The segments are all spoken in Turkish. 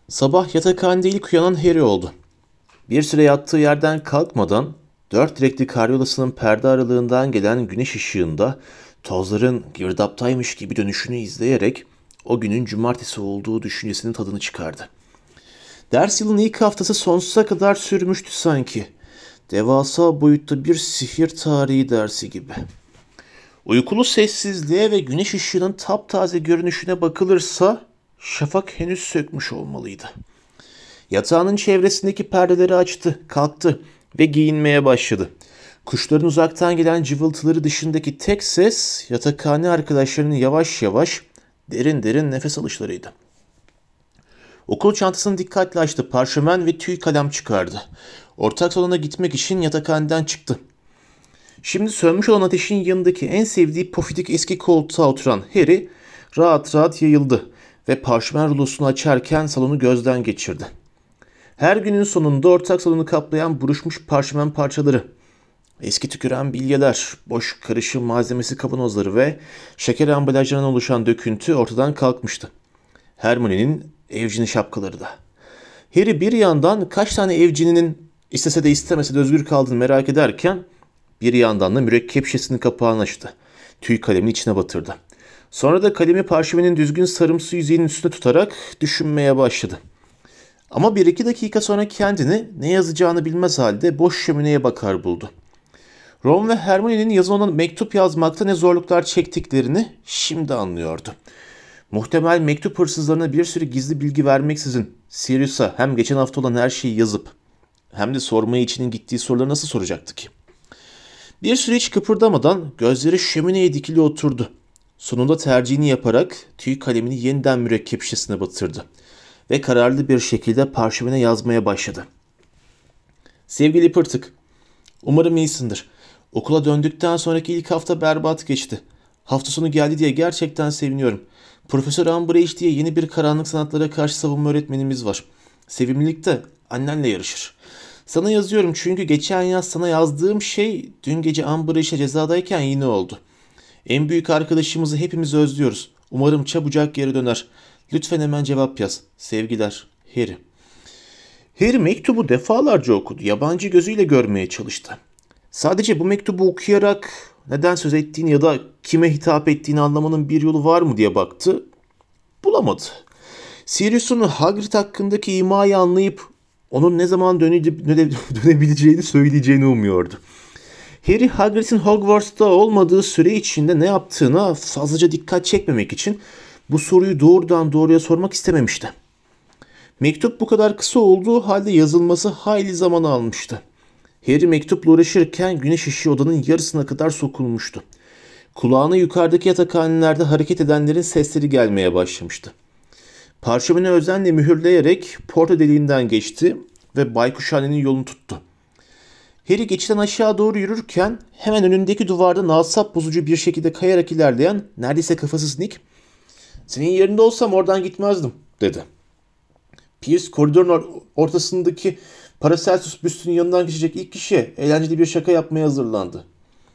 Sabah yatakhanede ilk uyanan Harry oldu. Bir süre yattığı yerden kalkmadan dört direkli karyolasının perde aralığından gelen güneş ışığında tozların girdaptaymış gibi dönüşünü izleyerek o günün cumartesi olduğu düşüncesinin tadını çıkardı. Ders yılının ilk haftası sonsuza kadar sürmüştü sanki. Devasa boyutta bir sihir tarihi dersi gibi. Uykulu sessizliğe ve güneş ışığının taptaze görünüşüne bakılırsa şafak henüz sökmüş olmalıydı. Yatağının çevresindeki perdeleri açtı, kalktı ve giyinmeye başladı. Kuşların uzaktan gelen cıvıltıları dışındaki tek ses yatakhane arkadaşlarının yavaş yavaş derin derin nefes alışlarıydı. Okul çantasını dikkatle açtı, parşömen ve tüy kalem çıkardı. Ortak salona gitmek için yatakhaneden çıktı. Şimdi sönmüş olan ateşin yanındaki en sevdiği pofidik eski koltuğa oturan Harry rahat rahat yayıldı ve parşömen rulosunu açarken salonu gözden geçirdi. Her günün sonunda ortak salonu kaplayan buruşmuş parşömen parçaları, eski tüküren bilyeler, boş karışım malzemesi kavanozları ve şeker ambalajlarından oluşan döküntü ortadan kalkmıştı. Hermione'nin evcini şapkaları da. Harry bir yandan kaç tane evcininin istese de istemese de özgür kaldığını merak ederken bir yandan da mürekkep şişesinin kapağını açtı. Tüy kalemini içine batırdı. Sonra da kalemi parşömenin düzgün sarımsı yüzeyinin üstüne tutarak düşünmeye başladı. Ama bir iki dakika sonra kendini ne yazacağını bilmez halde boş şömineye bakar buldu. Ron ve Hermione'nin yazın ona mektup yazmakta ne zorluklar çektiklerini şimdi anlıyordu. Muhtemel mektup hırsızlarına bir sürü gizli bilgi vermeksizin Sirius'a hem geçen hafta olan her şeyi yazıp hem de sormaya içinin gittiği soruları nasıl soracaktı ki? Bir süre hiç kıpırdamadan gözleri şömineye dikili oturdu. Sonunda tercihini yaparak tüy kalemini yeniden mürekkep şişesine batırdı ve kararlı bir şekilde parşömene yazmaya başladı. Sevgili Pırtık, umarım iyisindir. Okula döndükten sonraki ilk hafta berbat geçti. Hafta sonu geldi diye gerçekten seviniyorum. Profesör Umbridge diye yeni bir karanlık sanatlara karşı savunma öğretmenimiz var. Sevimlilikte annenle yarışır. Sana yazıyorum çünkü geçen yaz sana yazdığım şey dün gece Umbridge'e cezadayken yine oldu. En büyük arkadaşımızı hepimiz özlüyoruz. Umarım çabucak geri döner. Lütfen hemen cevap yaz. Sevgiler, Harry. Harry mektubu defalarca okudu. Yabancı gözüyle görmeye çalıştı. Sadece bu mektubu okuyarak neden söz ettiğini ya da kime hitap ettiğini anlamanın bir yolu var mı diye baktı. Bulamadı. Sirius'un Hagrid hakkındaki imayı anlayıp onun ne zaman dönebileceğini söyleyeceğini umuyordu. Harry Hagrid'in Hogwarts'ta olmadığı süre içinde ne yaptığına fazlaca dikkat çekmemek için bu soruyu doğrudan doğruya sormak istememişti. Mektup bu kadar kısa olduğu halde yazılması hayli zaman almıştı. Harry mektupla uğraşırken güneş ışığı odanın yarısına kadar sokulmuştu. Kulağına yukarıdaki yatakhanelerde hareket edenlerin sesleri gelmeye başlamıştı. Parşömeni özenle mühürleyerek porta deliğinden geçti ve baykuşhanenin yolunu tuttu. Harry geçitten aşağı doğru yürürken hemen önündeki duvarda asap bozucu bir şekilde kayarak ilerleyen neredeyse kafasız Nick, "Senin yerinde olsam oradan gitmezdim," dedi. Pierce koridorun ortasındaki Paracelsus büstünün yanından geçecek ilk kişi eğlenceli bir şaka yapmaya hazırlandı.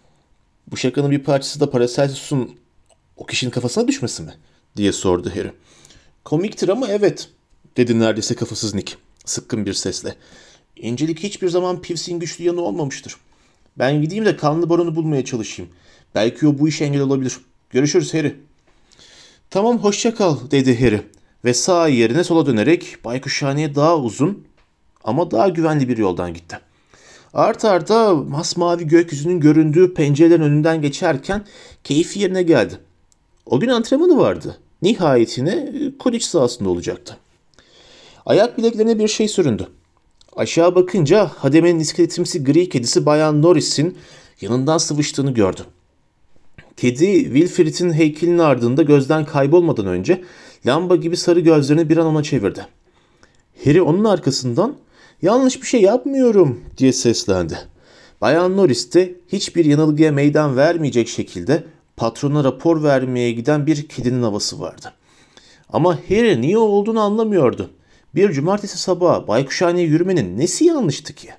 "Bu şakanın bir parçası da Paracelsus'un o kişinin kafasına düşmesi mi?" diye sordu Harry. "Komiktir ama evet," dedi neredeyse kafasız Nick sıkkın bir sesle. "İncelik hiçbir zaman Pierce'in güçlü yanı olmamıştır. Ben gideyim de kanlı baronu bulmaya çalışayım. Belki o bu işe engel olabilir. Görüşürüz Harry." "Tamam, hoşça kal," dedi Harry ve sağ yerine sola dönerek baykuşhaneye daha uzun ama daha güvenli bir yoldan gitti. Art arda masmavi gökyüzünün göründüğü pencerelerin önünden geçerken keyfi yerine geldi. O gün antrenmanı vardı. Nihayetine Quidditch sahasında olacaktı. Ayak bileklerine bir şey süründü. Aşağı bakınca hademenin iskeletimsi gri kedisi Bayan Norris'in yanından sıvıştığını gördü. Kedi Wilfrid'in heykelinin ardında gözden kaybolmadan önce lamba gibi sarı gözlerini bir an ona çevirdi. Harry onun arkasından "Yanlış bir şey yapmıyorum," diye seslendi. Bayan Norris de hiçbir yanılgıya meydan vermeyecek şekilde patrona rapor vermeye giden bir kedinin havası vardı. Ama Harry niye olduğunu anlamıyordu. Bir cumartesi sabahı baykuşhaneye yürümenin nesi yanlıştı ki?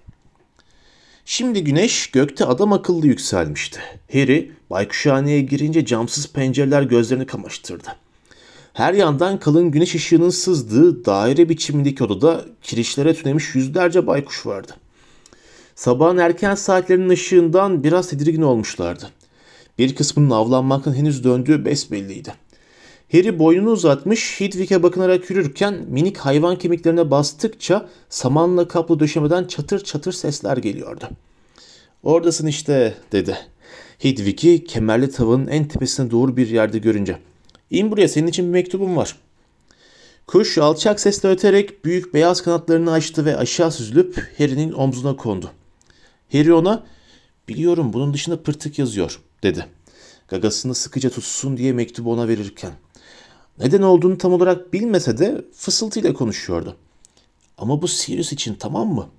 Şimdi güneş gökte adam akıllı yükselmişti. Harry baykuşhaneye girince camsız pencereler gözlerini kamaştırdı. Her yandan kalın güneş ışığının sızdığı daire biçimindeki odada kirişlere tünemiş yüzlerce baykuş vardı. Sabahın erken saatlerinin ışığından biraz tedirgin olmuşlardı. Bir kısmının avlanmaktan henüz döndüğü besbelliydi. Harry boynunu uzatmış, Hedwig'e bakınarak yürürken minik hayvan kemiklerine bastıkça samanla kaplı döşemeden çatır çatır sesler geliyordu. "Oradasın işte," dedi. Hedwig'i kemerli tavanın en tepesine doğru bir yerde görünce. "İn buraya, senin için bir mektubum var." Kuş alçak sesle öterek büyük beyaz kanatlarını açtı ve aşağı süzülüp Harry'nin omzuna kondu. Harry ona, "Biliyorum, bunun dışında pırtık yazıyor," dedi. Gagasını sıkıca tutsun diye mektubu ona verirken. Neden olduğunu tam olarak bilmese de fısıltıyla konuşuyordu. "Ama bu Sirius için, tamam mı?"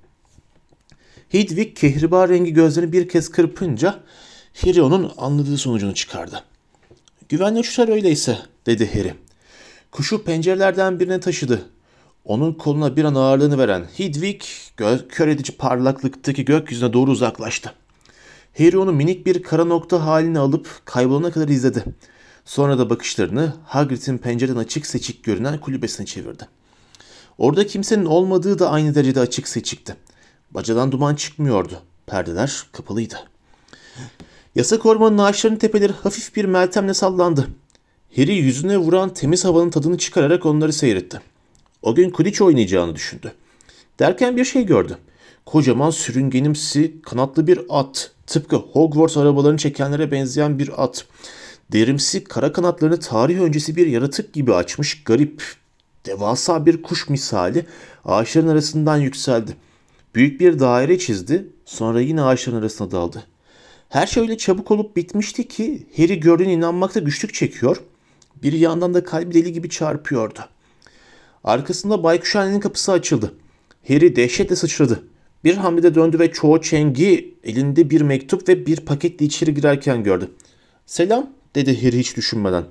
Hedwig kehribar rengi gözlerini bir kez kırpınca Harry onun anladığı sonucunu çıkardı. "Güvenli uçuşlar öyleyse," dedi Harry. Kuşu pencerelerden birine taşıdı. Onun koluna bir an ağırlığını veren Hedwig kör edici parlaklıktaki gökyüzüne doğru uzaklaştı. Harry onu minik bir kara nokta haline alıp kaybolana kadar izledi. Sonra da bakışlarını Hagrid'in pencereden açık seçik görünen kulübesine çevirdi. Orada kimsenin olmadığı da aynı derecede açık seçikti. Bacadan duman çıkmıyordu. Perdeler kapalıydı. Yasak ormanın ağaçlarının tepeleri hafif bir meltemle sallandı. Harry yüzüne vuran temiz havanın tadını çıkararak onları seyretti. O gün Quidditch oynayacağını düşündü. Derken bir şey gördü. Kocaman sürüngenimsi kanatlı bir at. Tıpkı Hogwarts arabalarını çekenlere benzeyen bir at. Derimsi kara kanatlarını tarih öncesi bir yaratık gibi açmış garip, devasa bir kuş misali ağaçların arasından yükseldi. Büyük bir daire çizdi, sonra yine ağaçların arasına daldı. Her şey öyle çabuk olup bitmişti ki Harry gördüğüne inanmakta güçlük çekiyor, bir yandan da kalbi deli gibi çarpıyordu. Arkasında baykuşhanenin kapısı açıldı. Harry dehşetle sıçradı. Bir hamlede döndü ve Cho Chang'i elinde bir mektup ve bir paketle içeri girerken gördü. "Selam," dedi Harry hiç düşünmeden.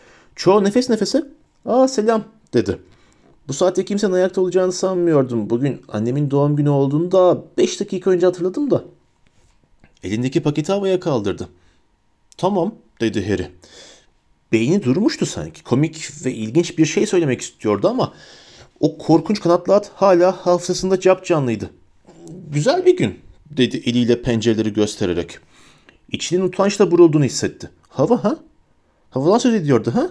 Cho nefes nefese, "Aa, selam," dedi. "Bu saatte kimsenin ayakta olacağını sanmıyordum. Bugün annemin doğum günü olduğunu da 5 dakika önce hatırladım da." Elindeki paketi havaya kaldırdı. "Tamam," dedi Harry. Beyni durmuştu sanki. Komik ve ilginç bir şey söylemek istiyordu ama o korkunç kanatlı at hala hafızasında capcanlıydı. "Güzel bir gün," dedi eliyle pencereleri göstererek. İçinin utançla burulduğunu hissetti. "Hava ha? Havadan söz ediyordu ha?"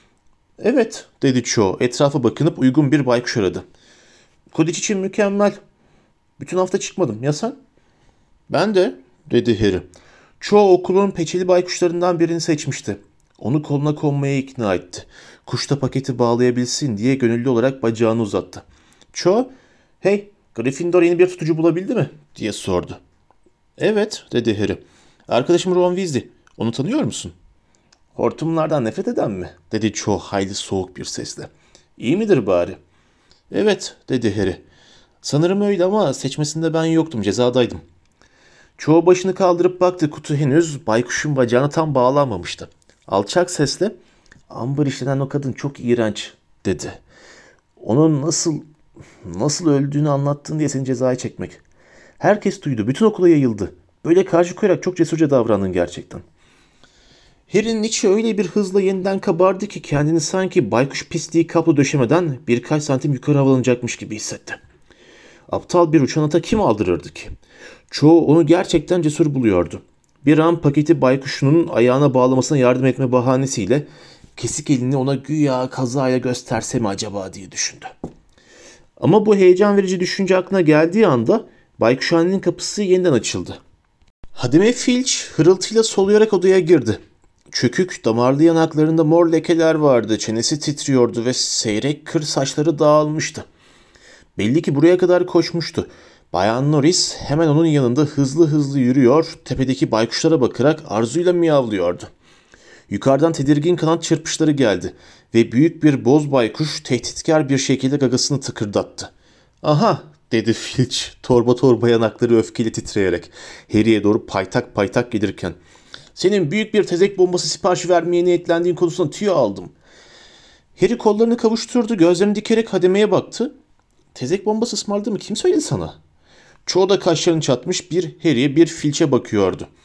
"Evet," dedi Cho etrafa bakınıp uygun bir baykuş aradı. "Quidditch için mükemmel. Bütün hafta çıkmadım. Ya sen?" "Ben de," dedi Harry. Cho okulun peçeli baykuşlarından birini seçmişti. Onu koluna konmaya ikna etti. Kuş da paketi bağlayabilsin diye gönüllü olarak bacağını uzattı. Cho, "Hey, Gryffindor yeni bir tutucu bulabildi mi?" diye sordu. "Evet," dedi Harry. "Arkadaşım Ron Weasley. Onu tanıyor musun?" "Hortumlardan nefret eden mi?" dedi Cho hayli soğuk bir sesle. "İyi midir bari?" "Evet," dedi Harry. "Sanırım öyle ama seçmesinde ben yoktum, cezadaydım." Cho başını kaldırıp baktı, kutu henüz baykuşun bacağına tam bağlanmamıştı. Alçak sesle, "Amber işlenen o kadın çok iğrenç," dedi. "Onun nasıl öldüğünü anlattın diye seni cezaya çekmek. Herkes duydu, bütün okula yayıldı. Böyle karşı koyarak çok cesurca davrandın gerçekten." Harry'nin içi öyle bir hızla yeniden kabardı ki kendini sanki baykuş pisliği kaplı döşemeden birkaç santim yukarı havalanacakmış gibi hissetti. Aptal bir uçan ata kim aldırırdı ki? Çoğu onu gerçekten cesur buluyordu. Bir an paketi baykuşunun ayağına bağlamasına yardım etme bahanesiyle kesik elini ona güya kazayla gösterse mi acaba diye düşündü. Ama bu heyecan verici düşünce aklına geldiği anda baykuşhanenin kapısı yeniden açıldı. Hademe Filch hırıltıyla soluyarak odaya girdi. Çökük, damarlı yanaklarında mor lekeler vardı, çenesi titriyordu ve seyrek kır saçları dağılmıştı. Belli ki buraya kadar koşmuştu. Bayan Norris hemen onun yanında hızlı hızlı yürüyor, tepedeki baykuşlara bakarak arzuyla miyavlıyordu. Yukarıdan tedirgin kanat çırpışları geldi ve büyük bir boz baykuş tehditkar bir şekilde gagasını tıkırdattı. "Aha," dedi Filch, torba torba yanakları öfkeyle titreyerek Harry'e doğru paytak paytak gelirken. "Senin büyük bir tezek bombası siparişi vermeye niyetlendiğin konusunda tüyo aldım." Harry kollarını kavuşturdu, gözlerini dikerek hademeye baktı. "Tezek bombası ısmarladı mı kim söyledi sana?" Çoğu da kaşlarını çatmış bir Harry'e bir Filch'e bakıyordu.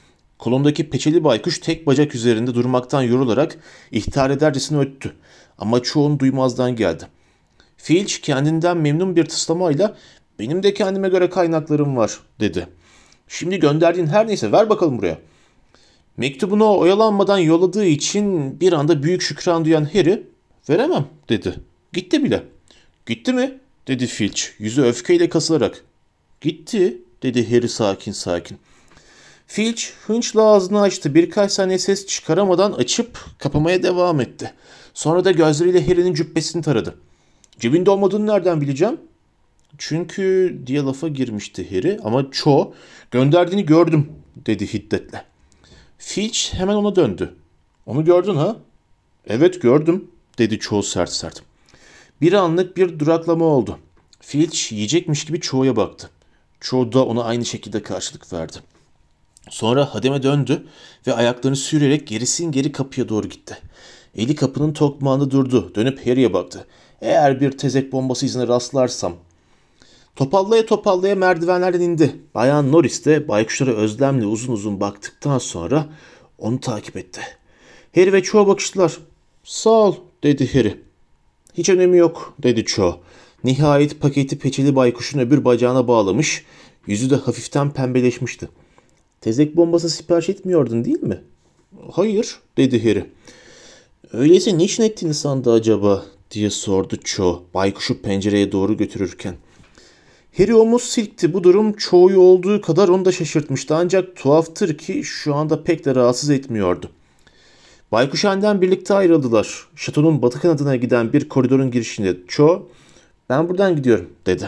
Kolundaki peçeli baykuş tek bacak üzerinde durmaktan yorularak ihtar edercesine öttü. Ama çoğunu duymazdan geldi. Filch kendinden memnun bir tıslamayla "Benim de kendime göre kaynaklarım var," dedi. "Şimdi gönderdiğin her neyse ver bakalım buraya." Mektubunu oyalanmadan yolladığı için bir anda büyük şükran duyan Harry, "Veremem," dedi. "Gitti bile." "Gitti mi?" dedi Filch, yüzü öfkeyle kasılarak. "Gitti," dedi Harry sakin sakin. Filch hınçla ağzını açtı. Birkaç saniye ses çıkaramadan açıp kapamaya devam etti. Sonra da gözleriyle Harry'nin cübbesini taradı. "Cebinde olmadığını nereden bileceğim?" "Çünkü," diye lafa girmişti Harry, ama Cho "Gönderdiğini gördüm," dedi hiddetle. Filch hemen ona döndü. "Onu gördün ha?" "Evet gördüm," dedi Cho sert sert. Bir anlık bir duraklama oldu. Filch yiyecekmiş gibi Cho'ya baktı. Cho da ona aynı şekilde karşılık verdi. Sonra hademe döndü ve ayaklarını sürerek gerisin geri kapıya doğru gitti. Eli kapının tokmağında durdu. Dönüp Harry'e baktı. "Eğer bir tezek bombası izine rastlarsam..." Topallaya topallaya merdivenlerden indi. Bayan Norris de baykuşlara özlemle uzun uzun baktıktan sonra onu takip etti. Harry ve Cho bakıştılar. "Sağ ol," dedi Harry. "Hiç önemi yok," dedi Cho. Nihayet paketi peçeli baykuşun öbür bacağına bağlamış, yüzü de hafiften pembeleşmişti. "Tezek bombası sipariş etmiyordun değil mi?" "Hayır," dedi Harry. "Öyleyse niçin ettiğini sandı acaba?" diye sordu Cho, baykuşu pencereye doğru götürürken. Harry omuz silkti. Bu durum Cho'yu olduğu kadar onu da şaşırtmıştı. Ancak tuhaftır ki şu anda pek de rahatsız etmiyordu. Baykuşhaneden birlikte ayrıldılar. Şatonun batı kanadına giden bir koridorun girişinde Cho, "Ben buradan gidiyorum," dedi.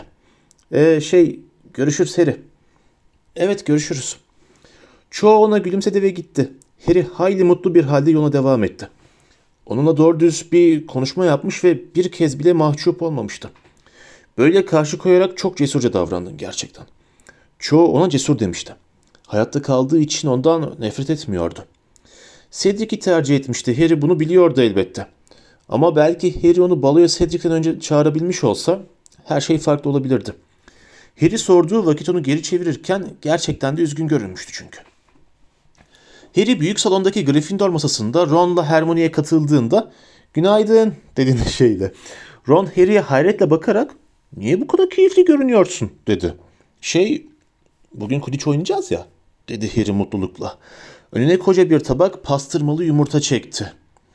Görüşürüz Harry." "Evet, görüşürüz." Cho ona gülümsedi ve gitti. Harry hayli mutlu bir halde yoluna devam etti. Onunla doğru düz bir konuşma yapmış ve bir kez bile mahcup olmamıştı. "Böyle karşı koyarak çok cesurca davrandın gerçekten." Cho ona cesur demişti. Hayatta kaldığı için ondan nefret etmiyordu. Cedric'i tercih etmişti. Harry bunu biliyordu elbette. Ama belki Harry onu baloya Cedric'ten önce çağırabilmiş olsa her şey farklı olabilirdi. Harry sorduğu vakit onu geri çevirirken gerçekten de üzgün görünmüştü çünkü. Harry büyük salondaki Gryffindor masasında Ron'la Hermione'ye katıldığında "Günaydın," dedi neşeyle. Ron Harry'e hayretle bakarak "Niye bu kadar keyifli görünüyorsun?" dedi. "Bugün Quidditch oynayacağız ya," dedi Harry mutlulukla. Önüne koca bir tabak pastırmalı yumurta çekti.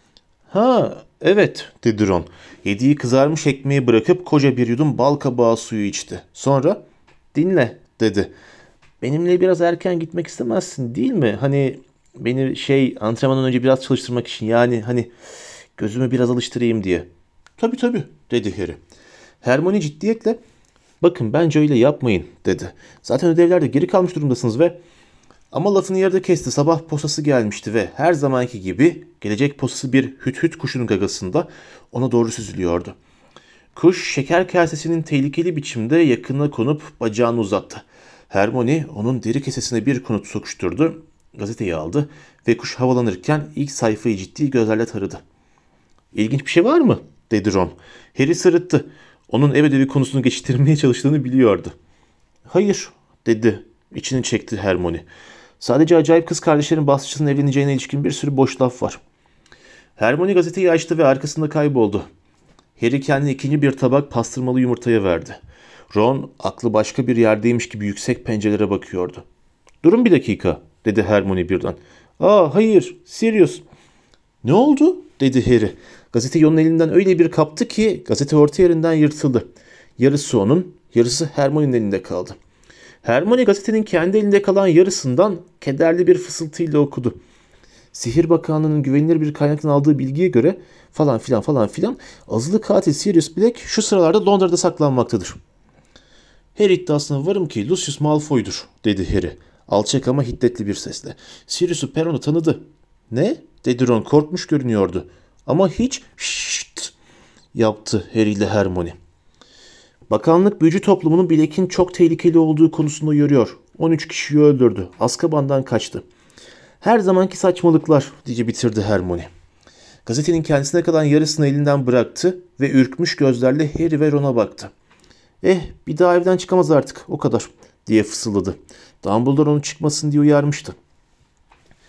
"Ha, evet," dedi Ron. Yediği kızarmış ekmeği bırakıp koca bir yudum bal kabağı suyu içti. Sonra "Dinle," dedi. "Benimle biraz erken gitmek istemezsin değil mi? Hani beni antrenmandan önce biraz çalıştırmak için, yani hani gözümü biraz alıştırayım diye." Tabii," dedi Harry. Hermione ciddiyetle "Bakın bence öyle yapmayın," dedi. "Zaten ödevlerde geri kalmış durumdasınız ve..." Ama lafını yarıda kesti. Sabah posası gelmişti ve her zamanki gibi gelecek posası bir hüt hüt kuşunun gagasında ona doğru süzülüyordu. Kuş şeker kasesinin tehlikeli biçimde yakınına konup bacağını uzattı. Hermione onun deri kesesine bir konut sokuşturdu, gazeteyi aldı ve kuş havalanırken ilk sayfayı ciddi gözlerle taradı. "İlginç bir şey var mı?" dedi Ron. Harry sırıttı. Onun ev ödevi konusunu geçiştirmeye çalıştığını biliyordu. "Hayır," dedi. İçini çekti Hermione. "Sadece acayip kız kardeşlerin basçısının evleneceğine ilişkin bir sürü boş laf var." Hermione gazeteyi açtı ve arkasında kayboldu. Harry kendine ikinci bir tabak pastırmalı yumurtaya verdi. Ron aklı başka bir yerdeymiş gibi yüksek pencerelere bakıyordu. "Durun bir dakika," dedi Hermione birden. Hayır, Sirius." "Ne oldu?" dedi Harry. Gazeteyi onun elinden öyle bir kaptı ki gazete orta yerinden yırtıldı. Yarısı onun, yarısı Hermione'nin elinde kaldı. Hermione gazetenin kendi elinde kalan yarısından kederli bir fısıltıyla okudu. "Sihir Bakanlığı'nın güvenilir bir kaynaktan aldığı bilgiye göre falan filan azılı katil Sirius Black şu sıralarda Londra'da saklanmaktadır." "Her iddiasına varım ki Lucius Malfoy'dur," dedi Harry. Alçak ama hiddetli bir sesle. "Sirius'u Peron'u tanıdı." "Ne?" dedi Ron, korkmuş görünüyordu. Ama hiç şşşt yaptı Harry ile Hermione. "Bakanlık büyücü toplumunun Black'in çok tehlikeli olduğu konusunda uyarıyor. 13 kişiyi öldürdü. Azkaban'dan kaçtı." "Her zamanki saçmalıklar," diye bitirdi Hermione. Gazetenin kendisine kalan yarısını elinden bıraktı ve ürkmüş gözlerle Harry ve Ron'a baktı. Bir daha evden çıkamaz artık, o kadar," diye fısıldadı. Dumbledore onu çıkmasın diye uyarmıştı.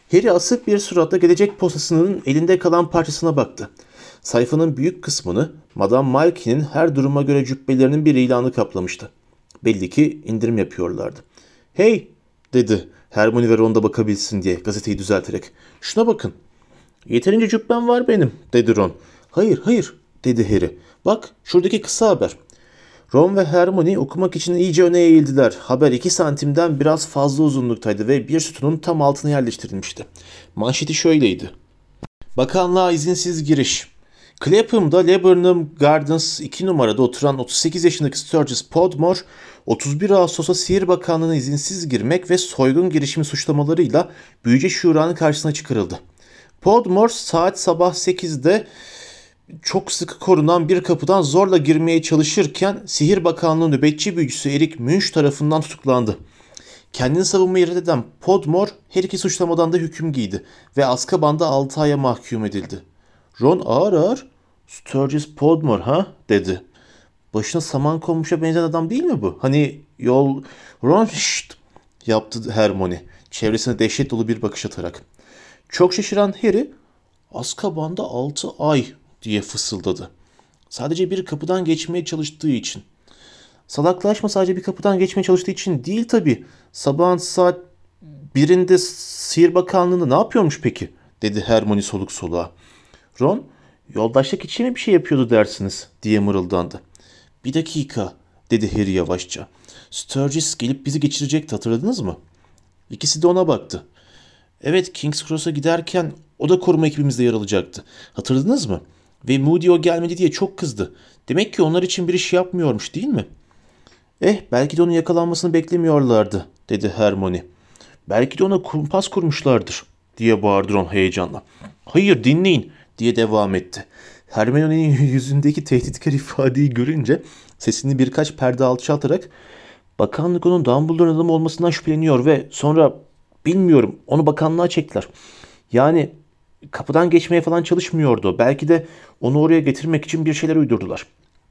Harry asık bir suratla gelecek postasının elinde kalan parçasına baktı. Sayfanın büyük kısmını Madame Malkin'in her duruma göre cübbelerinin bir ilanı kaplamıştı. Belli ki indirim yapıyorlardı. "Hey!" dedi Hermione ve Ron da bakabilsin diye gazeteyi düzelterek. "Şuna bakın." "Yeterince cübbem var benim," dedi Ron. "Hayır, hayır," dedi Harry. "Bak, şuradaki kısa haber." Ron ve Hermione okumak için iyice öne eğildiler. Haber 2 santimden biraz fazla uzunluktaydı ve bir sütunun tam altına yerleştirilmişti. Manşeti şöyleydi: "Bakanlığa izinsiz giriş. Clapham'da Laburnum Gardens 2 numarada oturan 38 yaşındaki Sturgis Podmore, 31 Ağustos'a Sihir Bakanlığı'na izinsiz girmek ve soygun girişimi suçlamalarıyla Büyüce Şura'nın karşısına çıkarıldı. Podmore saat sabah 8'de çok sıkı korunan bir kapıdan zorla girmeye çalışırken Sihir Bakanlığı nöbetçi büyücüsü Eric Munch tarafından tutuklandı. Kendini savunmayı reddeden Podmore her iki suçlamadan da hüküm giydi ve Azkaban'da 6 aya mahkum edildi." Ron ağır ağır "Sturgis Podmore ha?" dedi. "Başına saman konmuşa benzeyen adam değil mi bu? Hani yol..." "Ron şşt!" yaptı Hermione, çevresine dehşet dolu bir bakış atarak. Çok şaşıran Harry, "Azkaban'da 6 ay," diye fısıldadı. "Sadece bir kapıdan geçmeye çalıştığı için." "Salaklaşma, sadece bir kapıdan geçmeye çalıştığı için değil tabii. Sabahın saat 1'inde Sihir Bakanlığı'nda ne yapıyormuş peki?" dedi Hermione soluk soluğa. Ron, "Yoldaşlık için mi bir şey yapıyordu dersiniz?" diye mırıldandı. "Bir dakika," dedi Harry yavaşça. "Sturgis gelip bizi geçirecekti, hatırladınız mı?" İkisi de ona baktı. "Evet, King's Cross'a giderken o da koruma ekibimizde yer alacaktı. Hatırladınız mı? Ve Moody o gelmedi diye çok kızdı. Demek ki onlar için bir iş yapmıyormuş, değil mi?" Belki de onun yakalanmasını beklemiyorlardı," dedi Hermione. "Belki de ona kumpas kurmuşlardır," diye bağırdı Ron heyecanla. "Hayır, dinleyin," diye devam etti. Hermione'nin yüzündeki tehditkar ifadeyi görünce sesini birkaç perde alçaltarak, "Bakanlık onun Dumbledore'un adamı olmasından şüpheleniyor ve sonra bilmiyorum, onu bakanlığa çektiler. Yani kapıdan geçmeye falan çalışmıyordu. Belki de onu oraya getirmek için bir şeyler uydurdular."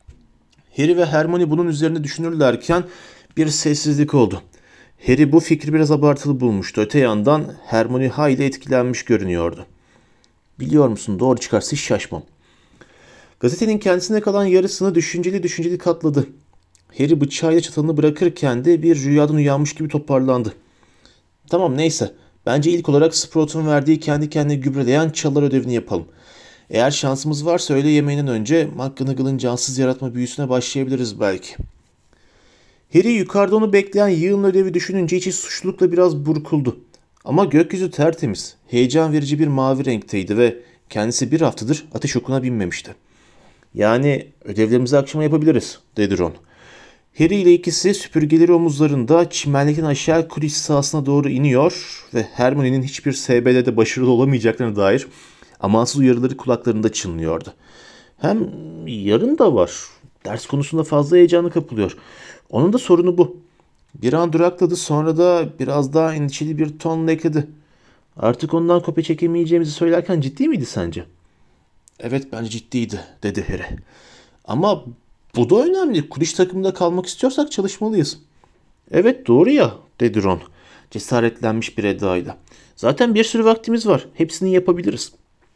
Harry ve Hermione bunun üzerine düşünürlerken bir sessizlik oldu. Harry bu fikri biraz abartılı bulmuştu. Öte yandan Hermione hayli etkilenmiş görünüyordu. "Biliyor musun, doğru çıkarsa hiç şaşmam." Gazetenin kendisine kalan yarısını düşünceli düşünceli katladı. Harry bıçağıyla çatalını bırakırken de bir rüyadan uyanmış gibi toparlandı. "Tamam, neyse. Bence ilk olarak Sprout'un verdiği kendi kendine gübreleyen çalılar ödevini yapalım. Eğer şansımız varsa öğle yemeğinden önce McGonagall'ın cansız yaratma büyüsüne başlayabiliriz belki." Harry yukarıda onu bekleyen yığın ödevi düşününce içi suçlulukla biraz burkuldu. Ama gökyüzü tertemiz, heyecan verici bir mavi renkteydi ve kendisi bir haftadır ateş okuna binmemişti. "Yani ödevlerimizi akşama yapabiliriz," dedi Ron. Harry ile ikisi süpürgeleri omuzlarında çimenlikten aşağı Quidditch sahasına doğru iniyor ve Hermione'nin hiçbir SBL'de başarılı olamayacaklarına dair amansız uyarıları kulaklarında çınlıyordu. Hem yarın da var. Ders konusunda fazla heyecanı kapılıyor. Onun da sorunu bu. Bir an durakladı, sonra da biraz daha endişeli bir tonla ekledi: "Artık ondan kopya çekemeyeceğimizi söylerken ciddi miydi sence?" "Evet, bence ciddiydi," dedi Harry. "Ama bu da önemli. Quidditch takımında kalmak istiyorsak çalışmalıyız." "Evet, doğru ya," dedi Ron cesaretlenmiş bir edayla. "Zaten bir sürü vaktimiz var. Hepsini yapabiliriz."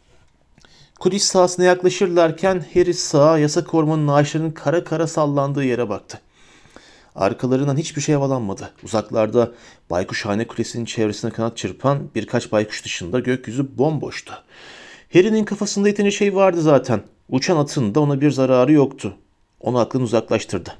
Quidditch sahasına yaklaşırlarken Harry sağa, yasak ormanın ağaçlarının kara kara sallandığı yere baktı. Arkalarından hiçbir şey havalanmadı. Uzaklarda Baykuşhane Kulesi'nin çevresine kanat çırpan birkaç baykuş dışında gökyüzü bomboştu. Harry'nin kafasında yeterince şey vardı zaten. Uçan atın da ona bir zararı yoktu. Onu aklını uzaklaştırdı.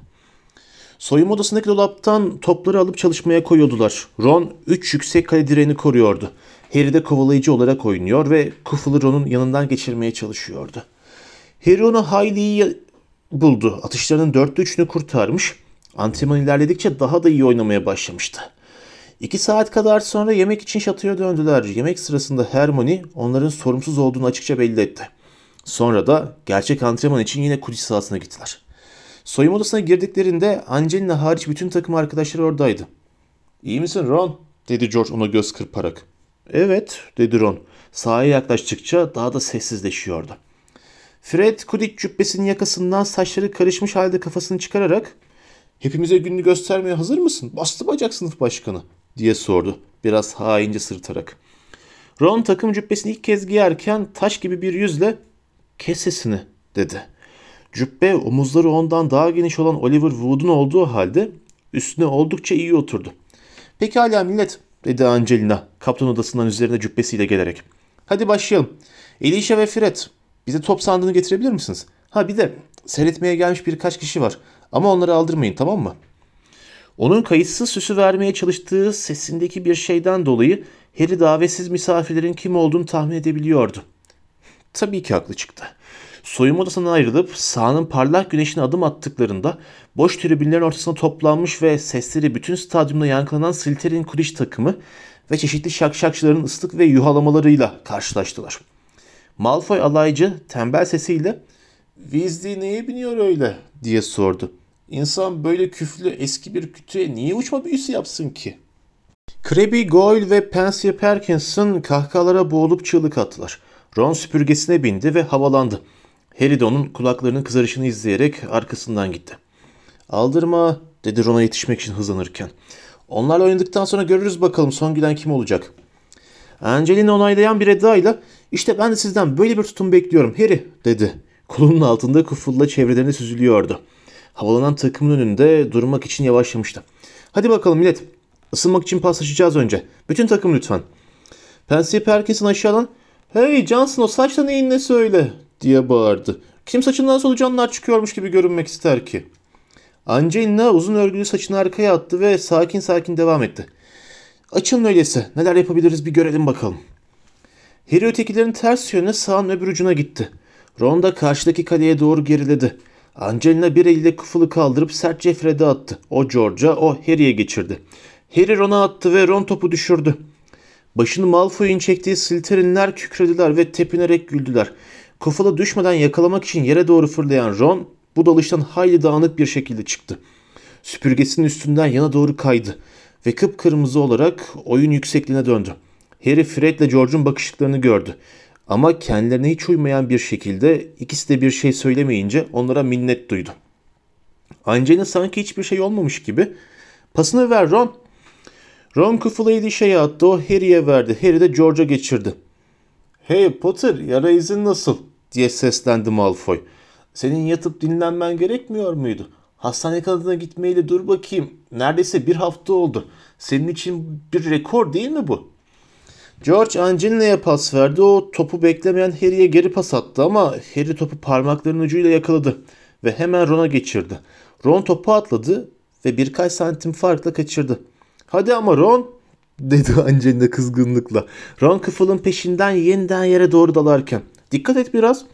Soyunma odasındaki dolaptan topları alıp çalışmaya koyuldular. Ron 3 yüksek kale direğini koruyordu. Harry de kovalayıcı olarak oynuyor ve Kuffle'ı Ron'un yanından geçirmeye çalışıyordu. Harry onu hayli iyi buldu. Atışlarının 4'te 3'ünü kurtarmış. Antrenman ilerledikçe daha da iyi oynamaya başlamıştı. 2 saat kadar sonra yemek için şatoya döndüler. Yemek sırasında Hermione onların sorumsuz olduğunu açıkça belli etti. Sonra da gerçek antrenman için yine Quidditch sahasına gittiler. Soyunma odasına girdiklerinde Angelina hariç bütün takım arkadaşları oradaydı. "İyi misin Ron?" dedi George ona göz kırparak. "Evet," dedi Ron. Sahaya yaklaştıkça daha da sessizleşiyordu. Fred Quidditch cübbesinin yakasından saçları karışmış halde kafasını çıkararak, "Hepimize gününü göstermeye hazır mısın? Bastı bacak sınıf başkanı," diye sordu biraz haince sırıtarak. Ron takım cübbesini ilk kez giyerken taş gibi bir yüzle "Kes sesini," dedi. Cübbe omuzları ondan daha geniş olan Oliver Wood'un olduğu halde üstüne oldukça iyi oturdu. "Pekala millet," dedi Angelina kaptan odasından üzerine cübbesiyle gelerek. "Hadi başlayalım. Elisha ve Fred, bize top sandığını getirebilir misiniz? Ha bir de seyretmeye gelmiş birkaç kişi var ama onları aldırmayın, tamam mı?" Onun kayıtsız süsü vermeye çalıştığı sesindeki bir şeyden dolayı Harry davetsiz misafirlerin kim olduğunu tahmin edebiliyordu. Tabii ki haklı çıktı. Soyunma odasından ayrılıp sahanın parlak güneşine adım attıklarında boş tribünlerin ortasına toplanmış ve sesleri bütün stadyumda yankılanan Slytherin Quidditch takımı ve çeşitli şakşakçıların ıslık ve yuhalamalarıyla karşılaştılar. Malfoy alaycı, tembel sesiyle "Weasley neye biniyor öyle?" diye sordu. "İnsan böyle küflü eski bir kütüğe niye uçma büyüsü yapsın ki?" Crabbe, Goyle ve Pansy Parkinson kahkahalara boğulup çığlık attılar. Ron süpürgesine bindi ve havalandı. Harry de onun kulaklarının kızarışını izleyerek arkasından gitti. "Aldırma," dedi Ron'a yetişmek için hızlanırken. "Onlarla oynadıktan sonra görürüz bakalım son giden kim olacak." Angelina onaylayan bir edayla "İşte ben de sizden böyle bir tutum bekliyorum Harry," dedi. Kolunun altında kufulla çevrelerine süzülüyordu. Havalanan takımın önünde durmak için yavaşlamıştı. "Hadi bakalım millet. Isınmak için paslaşacağız önce. Bütün takım lütfen." Pansy Parkinson aşağıdan "Hey Johnson, o saçla neyin nesi öyle?" diye bağırdı. "Kim saçından solucanlar çıkıyormuş gibi görünmek ister ki?" Angelina uzun örgülü saçını arkaya attı ve sakin sakin devam etti. "Açılın öyleyse. Neler yapabiliriz bir görelim bakalım." Harry ötekilerin ters yönüne sağın öbür ucuna gitti. Ron da karşıdaki kaleye doğru geriledi. Angelina bir eliyle kufulu kaldırıp sertçe Fred'e attı. O George'a, o Harry'e geçirdi. Harry Ron'a attı ve Ron topu düşürdü. Başını Malfoy'un çektiği Slytherinler kükrediler ve tepinerek güldüler. Kufula düşmeden yakalamak için yere doğru fırlayan Ron bu dalıştan hayli dağınık bir şekilde çıktı. Süpürgesinin üstünden yana doğru kaydı ve kıpkırmızı olarak oyun yüksekliğine döndü. Harry Fred ile George'un bakıştıklarını gördü. Ama kendilerine hiç uymayan bir şekilde ikisi de bir şey söylemeyince onlara minnet duydu. Angelina sanki hiçbir şey olmamış gibi "Pasını ver Ron." Ron kufulayı Elisha'ya attı, o Harry'e verdi. Harry de George'a geçirdi. "Hey Potter, yara izin nasıl?" diye seslendi Malfoy. "Senin yatıp dinlenmen gerekmiyor muydu? Hastane kanadına gitmeyle dur bakayım. Neredeyse bir hafta oldu. Senin için bir rekor değil mi bu?" George Angelina'ya pas verdi. O topu beklemeyen Harry'e geri pas attı ama Harry topu parmaklarının ucuyla yakaladı ve hemen Ron'a geçirdi. Ron topu atladı ve birkaç santim farkla kaçırdı. "Hadi ama Ron," dedi Angelina kızgınlıkla. Ron kıfılın peşinden yeniden yere doğru dalarken. "Dikkat et biraz."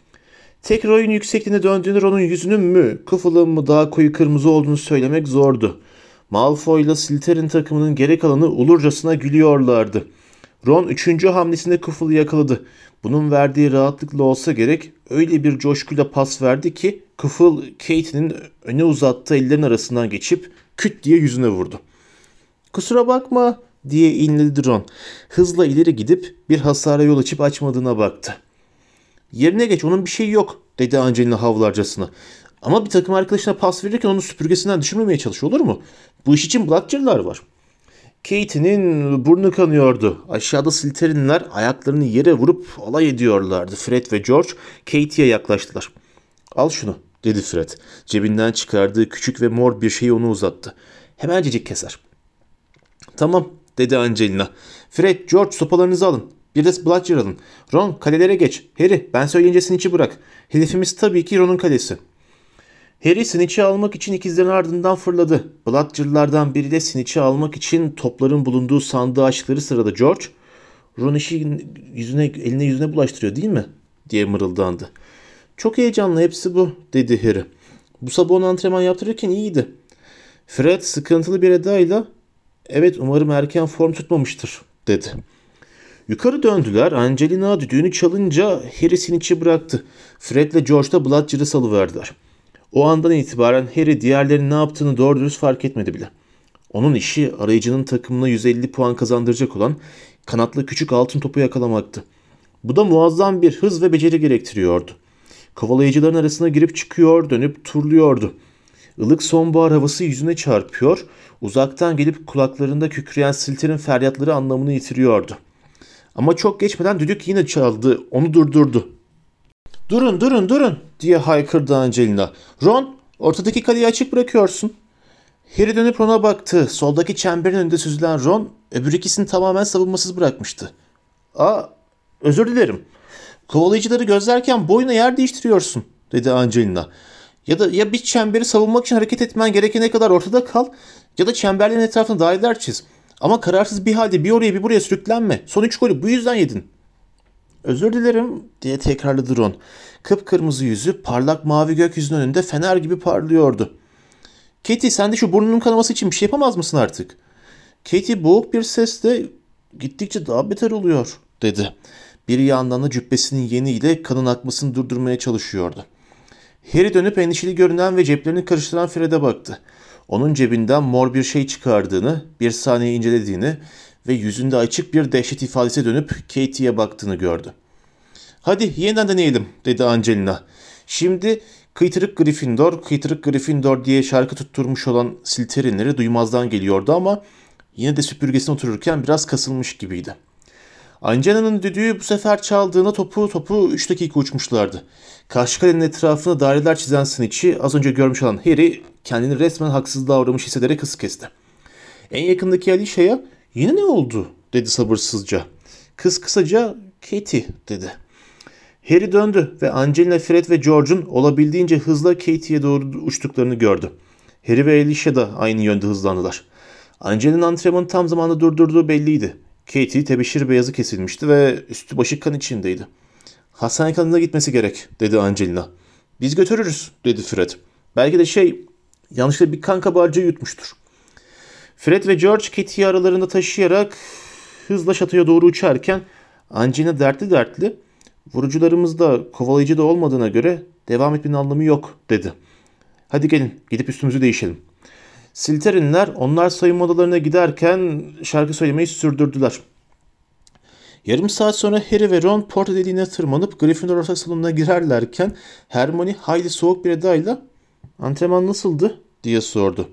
Tekrar oyun yüksekliğine döndüğünde Ron'un yüzünün mü, kıfılın mı daha koyu kırmızı olduğunu söylemek zordu. Malfoy ile Slytherin takımının geri kalanı ulurcasına gülüyorlardı. Ron 3. hamlesinde kıfılı yakaladı. Bunun verdiği rahatlıkla olsa gerek öyle bir coşkuyla pas verdi ki kıfıl Kate'nin öne uzattığı ellerin arasından geçip küt diye yüzüne vurdu. "Kusura bakma," diye inledi Ron. Hızla ileri gidip bir hasara yol açıp açmadığına baktı. "Yerine geç, onun bir şeyi yok," dedi Angelina havlarcasına. "Ama bir takım arkadaşına pas verirken onu süpürgesinden düşürmemeye çalış, olur mu? Bu iş için Blackger'lar var." Kate'nin burnu kanıyordu. Aşağıda Slytherinler ayaklarını yere vurup alay ediyorlardı. Fred ve George Kate'ye yaklaştılar. "Al şunu," dedi Fred. Cebinden çıkardığı küçük ve mor bir şeyi ona uzattı. "Hemencecik keser." "Tamam," dedi Angelina. "Fred, George sopalarınızı alın. Bir de Bludger alın. Ron kalelere geç. Harry, ben söyleyince Snitch'i bırak. Hedefimiz tabii ki Ron'un kalesi." Harry Snitch'i almak için ikizlerin ardından fırladı. Bludger'lardan biri de Snitch'i almak için topların bulunduğu sandığı açtıkları sırada George, "Ron işi eline yüzüne bulaştırıyor değil mi?" diye mırıldandı. "Çok heyecanlı, hepsi bu," dedi Harry. "Bu sabah onu antrenman yaptırırken iyiydi." Fred sıkıntılı bir edayla "Evet, umarım erken form tutmamıştır," dedi. Yukarı döndüler. Angelina düdüğünü çalınca Harry Snitch'i bıraktı. Fred ile George da Bludger'ı salıverdiler. O andan itibaren Harry diğerlerinin ne yaptığını doğru dürüst fark etmedi bile. Onun işi arayıcının takımına 150 puan kazandıracak olan kanatlı küçük altın topu yakalamaktı. Bu da muazzam bir hız ve beceri gerektiriyordu. Kovalayıcıların arasına girip çıkıyor, dönüp turluyordu. Ilık sonbahar havası yüzüne çarpıyor, uzaktan gelip kulaklarında kükreyen Slytherin feryatları anlamını yitiriyordu. Ama çok geçmeden düdük yine çaldı. Onu durdurdu. "Durun, durun, durun!" diye haykırdı Angelina. "Ron, ortadaki kaleyi açık bırakıyorsun." Harry dönüp Ron'a baktı. Soldaki çemberin önünde süzülen Ron, öbür ikisini tamamen savunmasız bırakmıştı. "Aa, özür dilerim. Kovalayıcıları gözlerken boyuna yer değiştiriyorsun," dedi Angelina. "Ya bir çemberi savunmak için hareket etmen gerekene kadar ortada kal ya da çemberlerin etrafına daireler çiz. Ama kararsız bir halde bir oraya bir buraya sürüklenme. Son 3 golü bu yüzden yedin." "Özür dilerim," diye tekrarladı Ron. Kıpkırmızı yüzü parlak mavi gökyüzünün önünde fener gibi parlıyordu. "Katie, sen de şu burnunun kanaması için bir şey yapamaz mısın artık?" Katie boğuk bir sesle "Gittikçe daha beter oluyor," dedi. Bir yandan da cübbesinin yeniyle kanın akmasını durdurmaya çalışıyordu. Harry dönüp endişeli görünen ve ceplerini karıştıran Fred'e baktı. Onun cebinden mor bir şey çıkardığını, bir saniye incelediğini ve yüzünde açık bir dehşet ifadesi dönüp Katie'ye baktığını gördü. "Hadi yeniden deneyelim," dedi Angelina. Şimdi "Kıytırık Gryffindor, Kıytırık Gryffindor" diye şarkı tutturmuş olan Slytherin'leri duymazdan geliyordu ama yine de süpürgesine otururken biraz kasılmış gibiydi. Angelina'nın düdüğü bu sefer çaldığında topu 3 dakika uçmuşlardı. Karşı kalenin etrafına daireler çizen Snitch'i az önce görmüş olan Harry kendini resmen haksızlığa uğramış hissederek hız kesti. En yakındaki Alicia'ya "Yine ne oldu?" dedi sabırsızca. Kız kısaca "Katie," dedi. Harry döndü ve Angelina, Fred ve George'un olabildiğince hızla Katie'ye doğru uçtuklarını gördü. Harry ve Alicia da aynı yönde hızlandılar. Angelina'nın antrenmanı tam zamanında durdurduğu belliydi. Katie tebeşir beyazı kesilmişti ve üstü başı kan içindeydi. "Hastane kanına gitmesi gerek," dedi Angelina. "Biz götürürüz," dedi Fred. "Belki de yanlışlıkla bir kan kabarcığı yutmuştur." Fred ve George Katie'yi aralarında taşıyarak hızla şatoya doğru uçarken Angelina dertli dertli "Vurucularımızda kovalayıcı da olmadığına göre devam etmenin anlamı yok," dedi. "Hadi gelin gidip üstümüzü değişelim." Slytherinler onlar soyunma odalarına giderken şarkı söylemeyi sürdürdüler. Yarım saat sonra Harry ve Ron porta deliğine tırmanıp Gryffindor ortak salonuna girerlerken Hermione hayli soğuk bir edayla "Antrenman nasıldı?" diye sordu.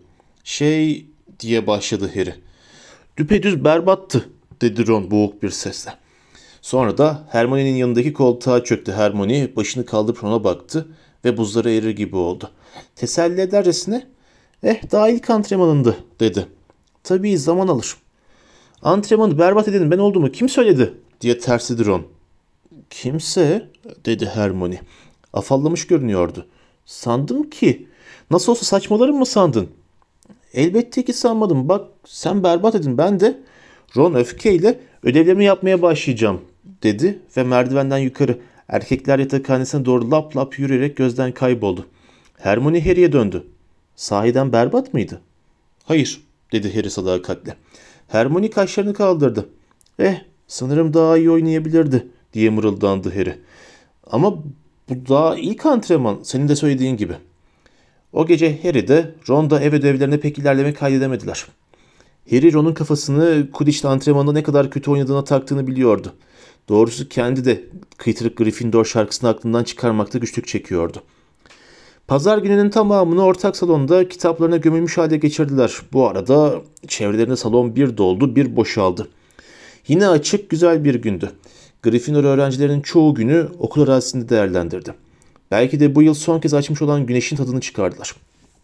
Diye başladı Harry. "Düpedüz berbattı," dedi Ron boğuk bir sesle. Sonra da Hermione'nin yanındaki koltuğa çöktü. Hermione başını kaldırıp Ron'a baktı ve buzları erir gibi oldu. Teselli edercesine "Daha ilk antrenmanındı," dedi. "Tabii zaman alır." "Antrenmanı berbat edenin ben olduğumu kim söyledi?" diye tersledi Ron. "Kimse," dedi Hermione. Afallamış görünüyordu. "Sandım ki. Nasıl olsa saçmalarım mı sandın?" "Elbette ki sanmadım. Bak sen berbat edin, ben de." Ron öfkeyle "Ödevlerimi yapmaya başlayacağım," dedi ve merdivenden yukarı erkekler yatakhanesine doğru lap lap yürüyerek gözden kayboldu. Hermione Harry'e döndü. "Sahiden berbat mıydı?" "Hayır," dedi Harry sadakatle. Hermione kaşlarını kaldırdı. Sanırım daha iyi oynayabilirdi," diye mırıldandı Harry. "Ama bu daha ilk antrenman, senin de söylediğin gibi." O gece Harry de Ron da ev ödevlerine pek ilerleme kaydedemediler. Harry Ron'un kafasını Quidditch antrenmanında ne kadar kötü oynadığına taktığını biliyordu. Doğrusu kendi de Kıytırık Gryffindor şarkısını aklından çıkarmakta güçlük çekiyordu. Pazar gününün tamamını ortak salonda kitaplarına gömülmüş halde geçirdiler. Bu arada çevrelerinde salon bir doldu bir boşaldı. Yine açık güzel bir gündü. Gryffindor öğrencilerinin çoğu günü okul arazisinde değerlendirdi. Belki de bu yıl son kez açmış olan güneşin tadını çıkardılar.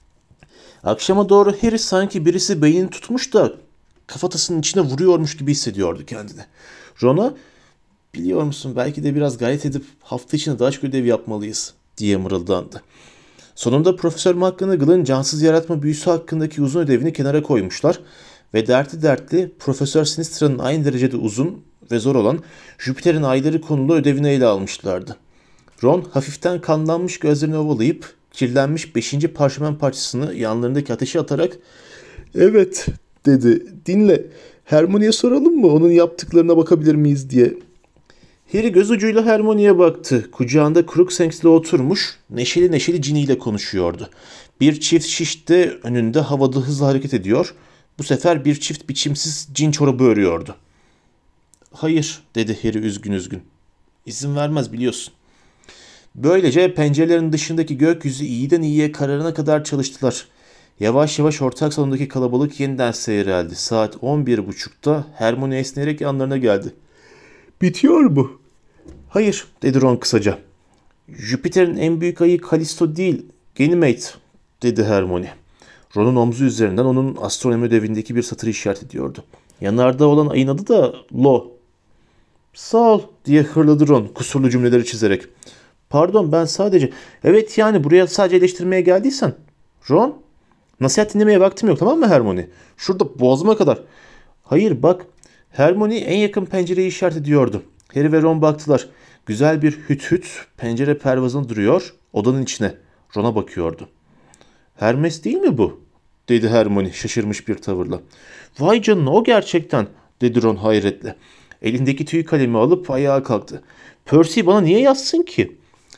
Akşama doğru Harry sanki birisi beynini tutmuş da kafatasının içine vuruyormuş gibi hissediyordu kendini. Ron'a "Biliyor musun, belki de biraz gayret edip hafta içinde daha çok ödev yapmalıyız," diye mırıldandı. Sonunda Profesör McGonagall'ın cansız yaratma büyüsü hakkındaki uzun ödevini kenara koymuşlar ve dertli dertli Profesör Sinister'ın aynı derecede uzun ve zor olan Jüpiter'in ayları konulu ödevini ele almışlardı. Ron hafiften kanlanmış gözlerini ovalayıp kirlenmiş 5. parşömen parçasını yanlarındaki ateşe atarak "Evet," dedi. "Dinle. Hermione'ye soralım mı onun yaptıklarına bakabilir miyiz diye." Harry göz ucuyla Hermione'ye baktı. Kucağında Crookshanks'le oturmuş, neşeli neşeli Ginny ile konuşuyordu. Bir çift şiş de önünde havada hızla hareket ediyor. Bu sefer bir çift biçimsiz cin çorabı örüyordu. "Hayır," dedi Harry üzgün üzgün. "İzin vermez, biliyorsun." Böylece pencerelerin dışındaki gökyüzü iyiden iyiye kararına kadar çalıştılar. Yavaş yavaş ortak salondaki kalabalık yeniden seyreldi. Saat 11.30'da Hermione esneyerek yanlarına geldi. Bitiyor mu? Hayır, dedi Ron kısaca. Jüpiter'in en büyük ayı Kalisto değil, Ganymede, dedi Hermione. Ron'un omzu üzerinden onun astronomi ödevindeki bir satırı işaret ediyordu. Yanarda olan ayın adı da Lo. Sağ ol, diye hırladı Ron kusurlu cümleleri çizerek. Pardon, ben sadece... Evet, yani buraya sadece eleştirmeye geldiysen. Ron, nasihat dinlemeye vaktim yok, tamam mı Hermione? Şurada boğazıma kadar. Hayır bak. Hermione en yakın pencereyi işaret ediyordu. Harry ve Ron baktılar. Güzel bir hüt hüt pencere pervazına duruyor, odanın içine. Ron'a bakıyordu. Hermes değil mi bu? Dedi Hermione şaşırmış bir tavırla. Vay canına, o gerçekten, dedi Ron hayretle. Elindeki tüy kalemi alıp ayağa kalktı. Percy bana niye yazsın ki?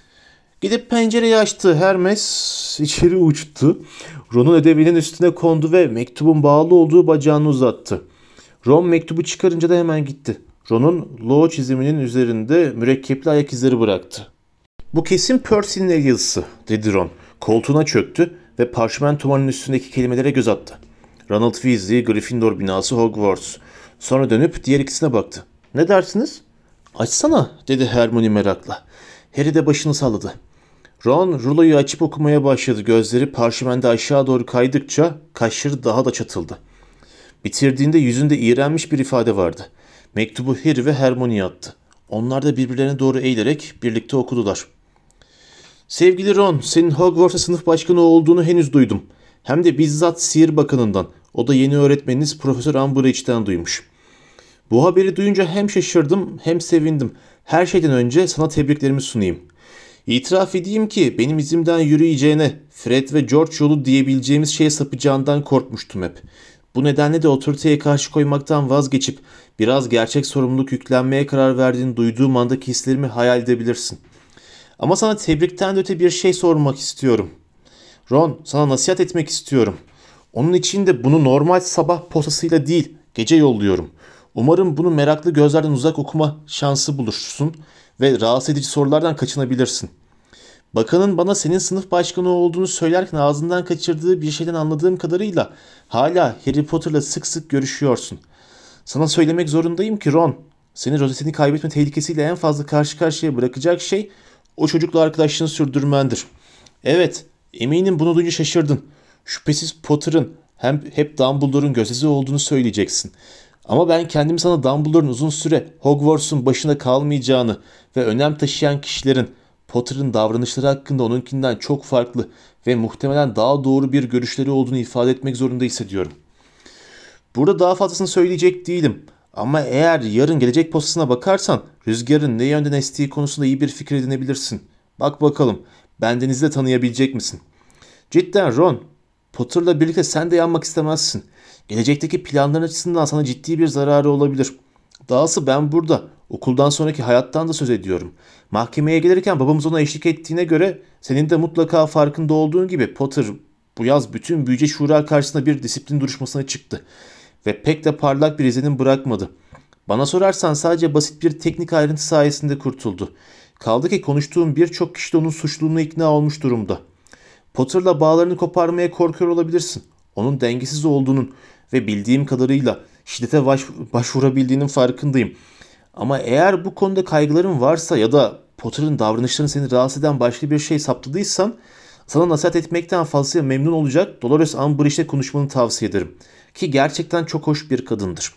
Gidip pencereyi açtı. Hermes içeri uçtu. Ron'un ödevinin üstüne kondu ve mektubun bağlı olduğu bacağını uzattı. Ron mektubu çıkarınca da hemen gitti. Ron'un Lo çiziminin üzerinde mürekkepli ayak izleri bıraktı. Bu kesin Percy'nin el yazısı, dedi Ron. Koltuğuna çöktü ve parşömentomanın üstündeki kelimelere göz attı. Ronald Weasley, Gryffindor binası, Hogwarts. Sonra dönüp diğer ikisine baktı. Ne dersiniz? Açsana, dedi Hermione merakla. Harry de başını salladı. Ron ruloyu açıp okumaya başladı. Gözleri parşömende aşağı doğru kaydıkça kaşları daha da çatıldı. Bitirdiğinde yüzünde iğrenmiş bir ifade vardı. Mektubu Harry ve Hermione'ye attı. Onlar da birbirlerine doğru eğilerek birlikte okudular. Sevgili Ron, senin Hogwarts'a sınıf başkanı olduğunu henüz duydum. Hem de bizzat Sihir Bakanı'ndan. O da yeni öğretmeniniz Profesör Umbridge'den duymuş. Bu haberi duyunca hem şaşırdım hem sevindim. Her şeyden önce sana tebriklerimi sunayım. İtiraf edeyim ki benim izimden yürüyeceğine, Fred ve George yolu diyebileceğimiz şeye sapacağından korkmuştum hep. Bu nedenle de otoriteye karşı koymaktan vazgeçip biraz gerçek sorumluluk yüklenmeye karar verdiğini duyduğum andaki hislerimi hayal edebilirsin. Ama sana tebrikten de öte bir şey sormak istiyorum. Ron, sana nasihat etmek istiyorum. Onun için de bunu normal sabah postasıyla değil, gece yolluyorum. Umarım bunu meraklı gözlerden uzak okuma şansı bulursun ve rahatsız edici sorulardan kaçınabilirsin. Bakanın bana senin sınıf başkanı olduğunu söylerken ağzından kaçırdığı bir şeyden anladığım kadarıyla hala Harry Potter'la sık sık görüşüyorsun. Sana söylemek zorundayım ki Ron, seni rozetini kaybetme tehlikesiyle en fazla karşı karşıya bırakacak şey o çocukla arkadaşlığını sürdürmendir. Evet, eminim bunu duyunca şaşırdın. Şüphesiz Potter'ın hem hep Dumbledore'un gözdesi olduğunu söyleyeceksin. Ama ben kendimi sana Dumbledore'un uzun süre Hogwarts'un başında kalmayacağını ve önem taşıyan kişilerin Potter'ın davranışları hakkında onunkinden çok farklı ve muhtemelen daha doğru bir görüşleri olduğunu ifade etmek zorunda hissediyorum. Burada daha fazlasını söyleyecek değilim. Ama eğer yarın gelecek postasına bakarsan rüzgarın ne yönden estiği konusunda iyi bir fikir edinebilirsin. Bak bakalım, bendenizi de tanıyabilecek misin? Cidden Ron, Potter'la birlikte sen de yanmak istemezsin. Gelecekteki planların açısından sana ciddi bir zararı olabilir. Dahası ben burada okuldan sonraki hayattan da söz ediyorum. Mahkemeye gelirken babamız ona eşlik ettiğine göre senin de mutlaka farkında olduğun gibi Potter bu yaz bütün büyüce şura karşısında bir disiplin duruşmasına çıktı. Ve pek de parlak bir izlenim bırakmadı. Bana sorarsan sadece basit bir teknik ayrıntı sayesinde kurtuldu. Kaldı ki konuştuğum birçok kişi de onun suçluluğuna ikna olmuş durumda. Potter'la bağlarını koparmaya korkuyor olabilirsin. Onun dengesiz olduğunun ve bildiğim kadarıyla şiddete başvurabildiğinin farkındayım. Ama eğer bu konuda kaygıların varsa ya da Potter'ın davranışlarını seni rahatsız eden başka bir şey saptadıysan sana nasihat etmekten fazlasıyla memnun olacak Dolores Umbridge'le konuşmanı tavsiye ederim. Ki gerçekten çok hoş bir kadındır.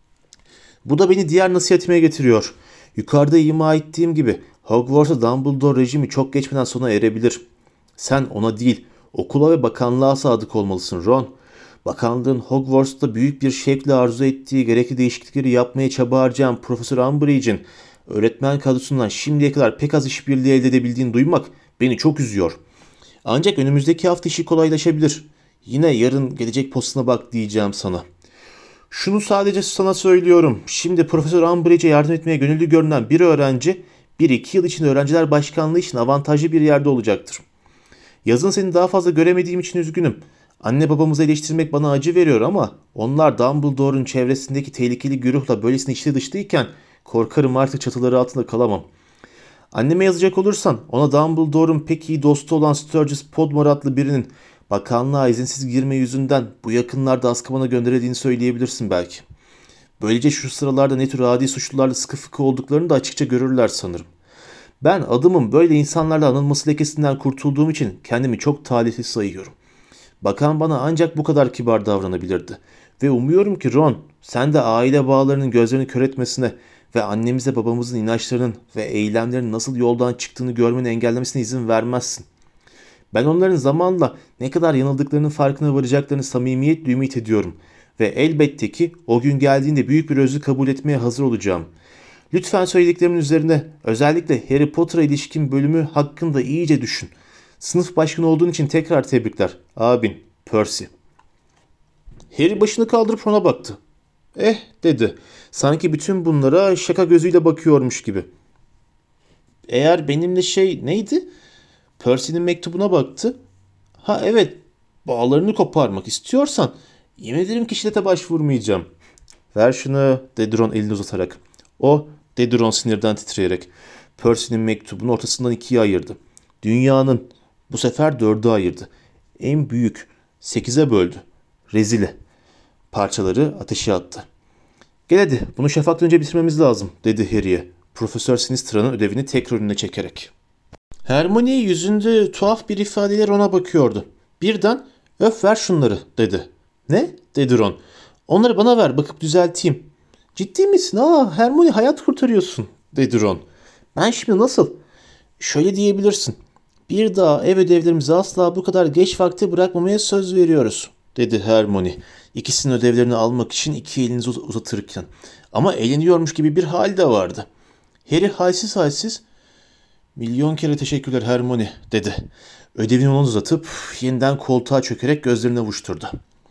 Bu da beni diğer nasihatime getiriyor. Yukarıda ima ettiğim gibi Hogwarts'a Dumbledore rejimi çok geçmeden sona erebilir. Sen ona değil, okula ve bakanlığa sadık olmalısın Ron. Bakanlığın Hogwarts'ta büyük bir şevkle arzu ettiği gerekli değişiklikleri yapmaya çaba harcayan Profesör Umbridge'in öğretmen kadrosundan şimdiye kadar pek az işbirliği elde edebildiğini duymak beni çok üzüyor. Ancak önümüzdeki hafta işi kolaylaşabilir. Yine yarın gelecek postasına bak diyeceğim sana. Şunu sadece sana söylüyorum. Şimdi Profesör Umbridge'e yardım etmeye gönüllü görünen bir öğrenci 1-2 yıl içinde öğrenciler başkanlığı için avantajlı bir yerde olacaktır. Yazın seni daha fazla göremediğim için üzgünüm. Anne babamızı eleştirmek bana acı veriyor ama onlar Dumbledore'un çevresindeki tehlikeli güruhla böylesine içli dışlıyken korkarım artık çatıları altında kalamam. Anneme yazacak olursan ona Dumbledore'un pek iyi dostu olan Sturgis Podmore adlı birinin bakanlığa izinsiz girme yüzünden bu yakınlarda Azkaban'a gönderildiğini söyleyebilirsin belki. Böylece şu sıralarda ne tür adi suçlularla sıkı fıkı olduklarını da açıkça görürler sanırım. Ben adımın böyle insanlarla anılması lekesinden kurtulduğum için kendimi çok talihli sayıyorum. Bakan bana ancak bu kadar kibar davranabilirdi. Ve umuyorum ki Ron, sen de aile bağlarının gözlerini kör etmesine ve annemize babamızın inançlarının ve eylemlerinin nasıl yoldan çıktığını görmeni engellemesine izin vermezsin. Ben onların zamanla ne kadar yanıldıklarının farkına varacaklarını samimiyetle ümit ediyorum. Ve elbette ki o gün geldiğinde büyük bir özrü kabul etmeye hazır olacağım. Lütfen söylediklerimin üzerine özellikle Harry Potter'a ilişkin bölümü hakkında iyice düşün. Sınıf başkanı olduğun için tekrar tebrikler. Abin, Percy. Harry başını kaldırıp ona baktı. Dedi. Sanki bütün bunlara şaka gözüyle bakıyormuş gibi. Eğer benimle neydi? Percy'nin mektubuna baktı. Ha evet, bağlarını koparmak istiyorsan yemin ederim ki şiddete başvurmayacağım. Ver şunu, dedi Ron elini uzatarak. Dedi Ron sinirden titreyerek. Percy'nin mektubunu ortasından ikiye ayırdı. Dünyanın bu sefer 4'e ayırdı. En büyük 8'e böldü. Rezile. Parçaları ateşe attı. Gel hadi, bunu şafaktan önce bitirmemiz lazım, dedi Harry'e. Profesör Sinistra'nın ödevini tekrar önüne çekerek. Hermione yüzünde tuhaf bir ifadeyle Ron'a bakıyordu. Birden öf ver şunları, dedi. Ne? Dedi Ron. Onları bana ver, bakıp düzelteyim. Ciddi misin? Hermione hayat kurtarıyorsun, dedi Ron. Ben şimdi nasıl? Şöyle diyebilirsin. Bir daha ev ödevlerimizi asla bu kadar geç vakte bırakmamaya söz veriyoruz, dedi Hermione. İkisinin ödevlerini almak için iki elinizi uzatırken. Ama eğleniyormuş gibi bir hal de vardı. Harry halsiz milyon kere teşekkürler Hermione, dedi. Ödevini ona uzatıp yeniden koltuğa çökerek gözlerini avuşturdu.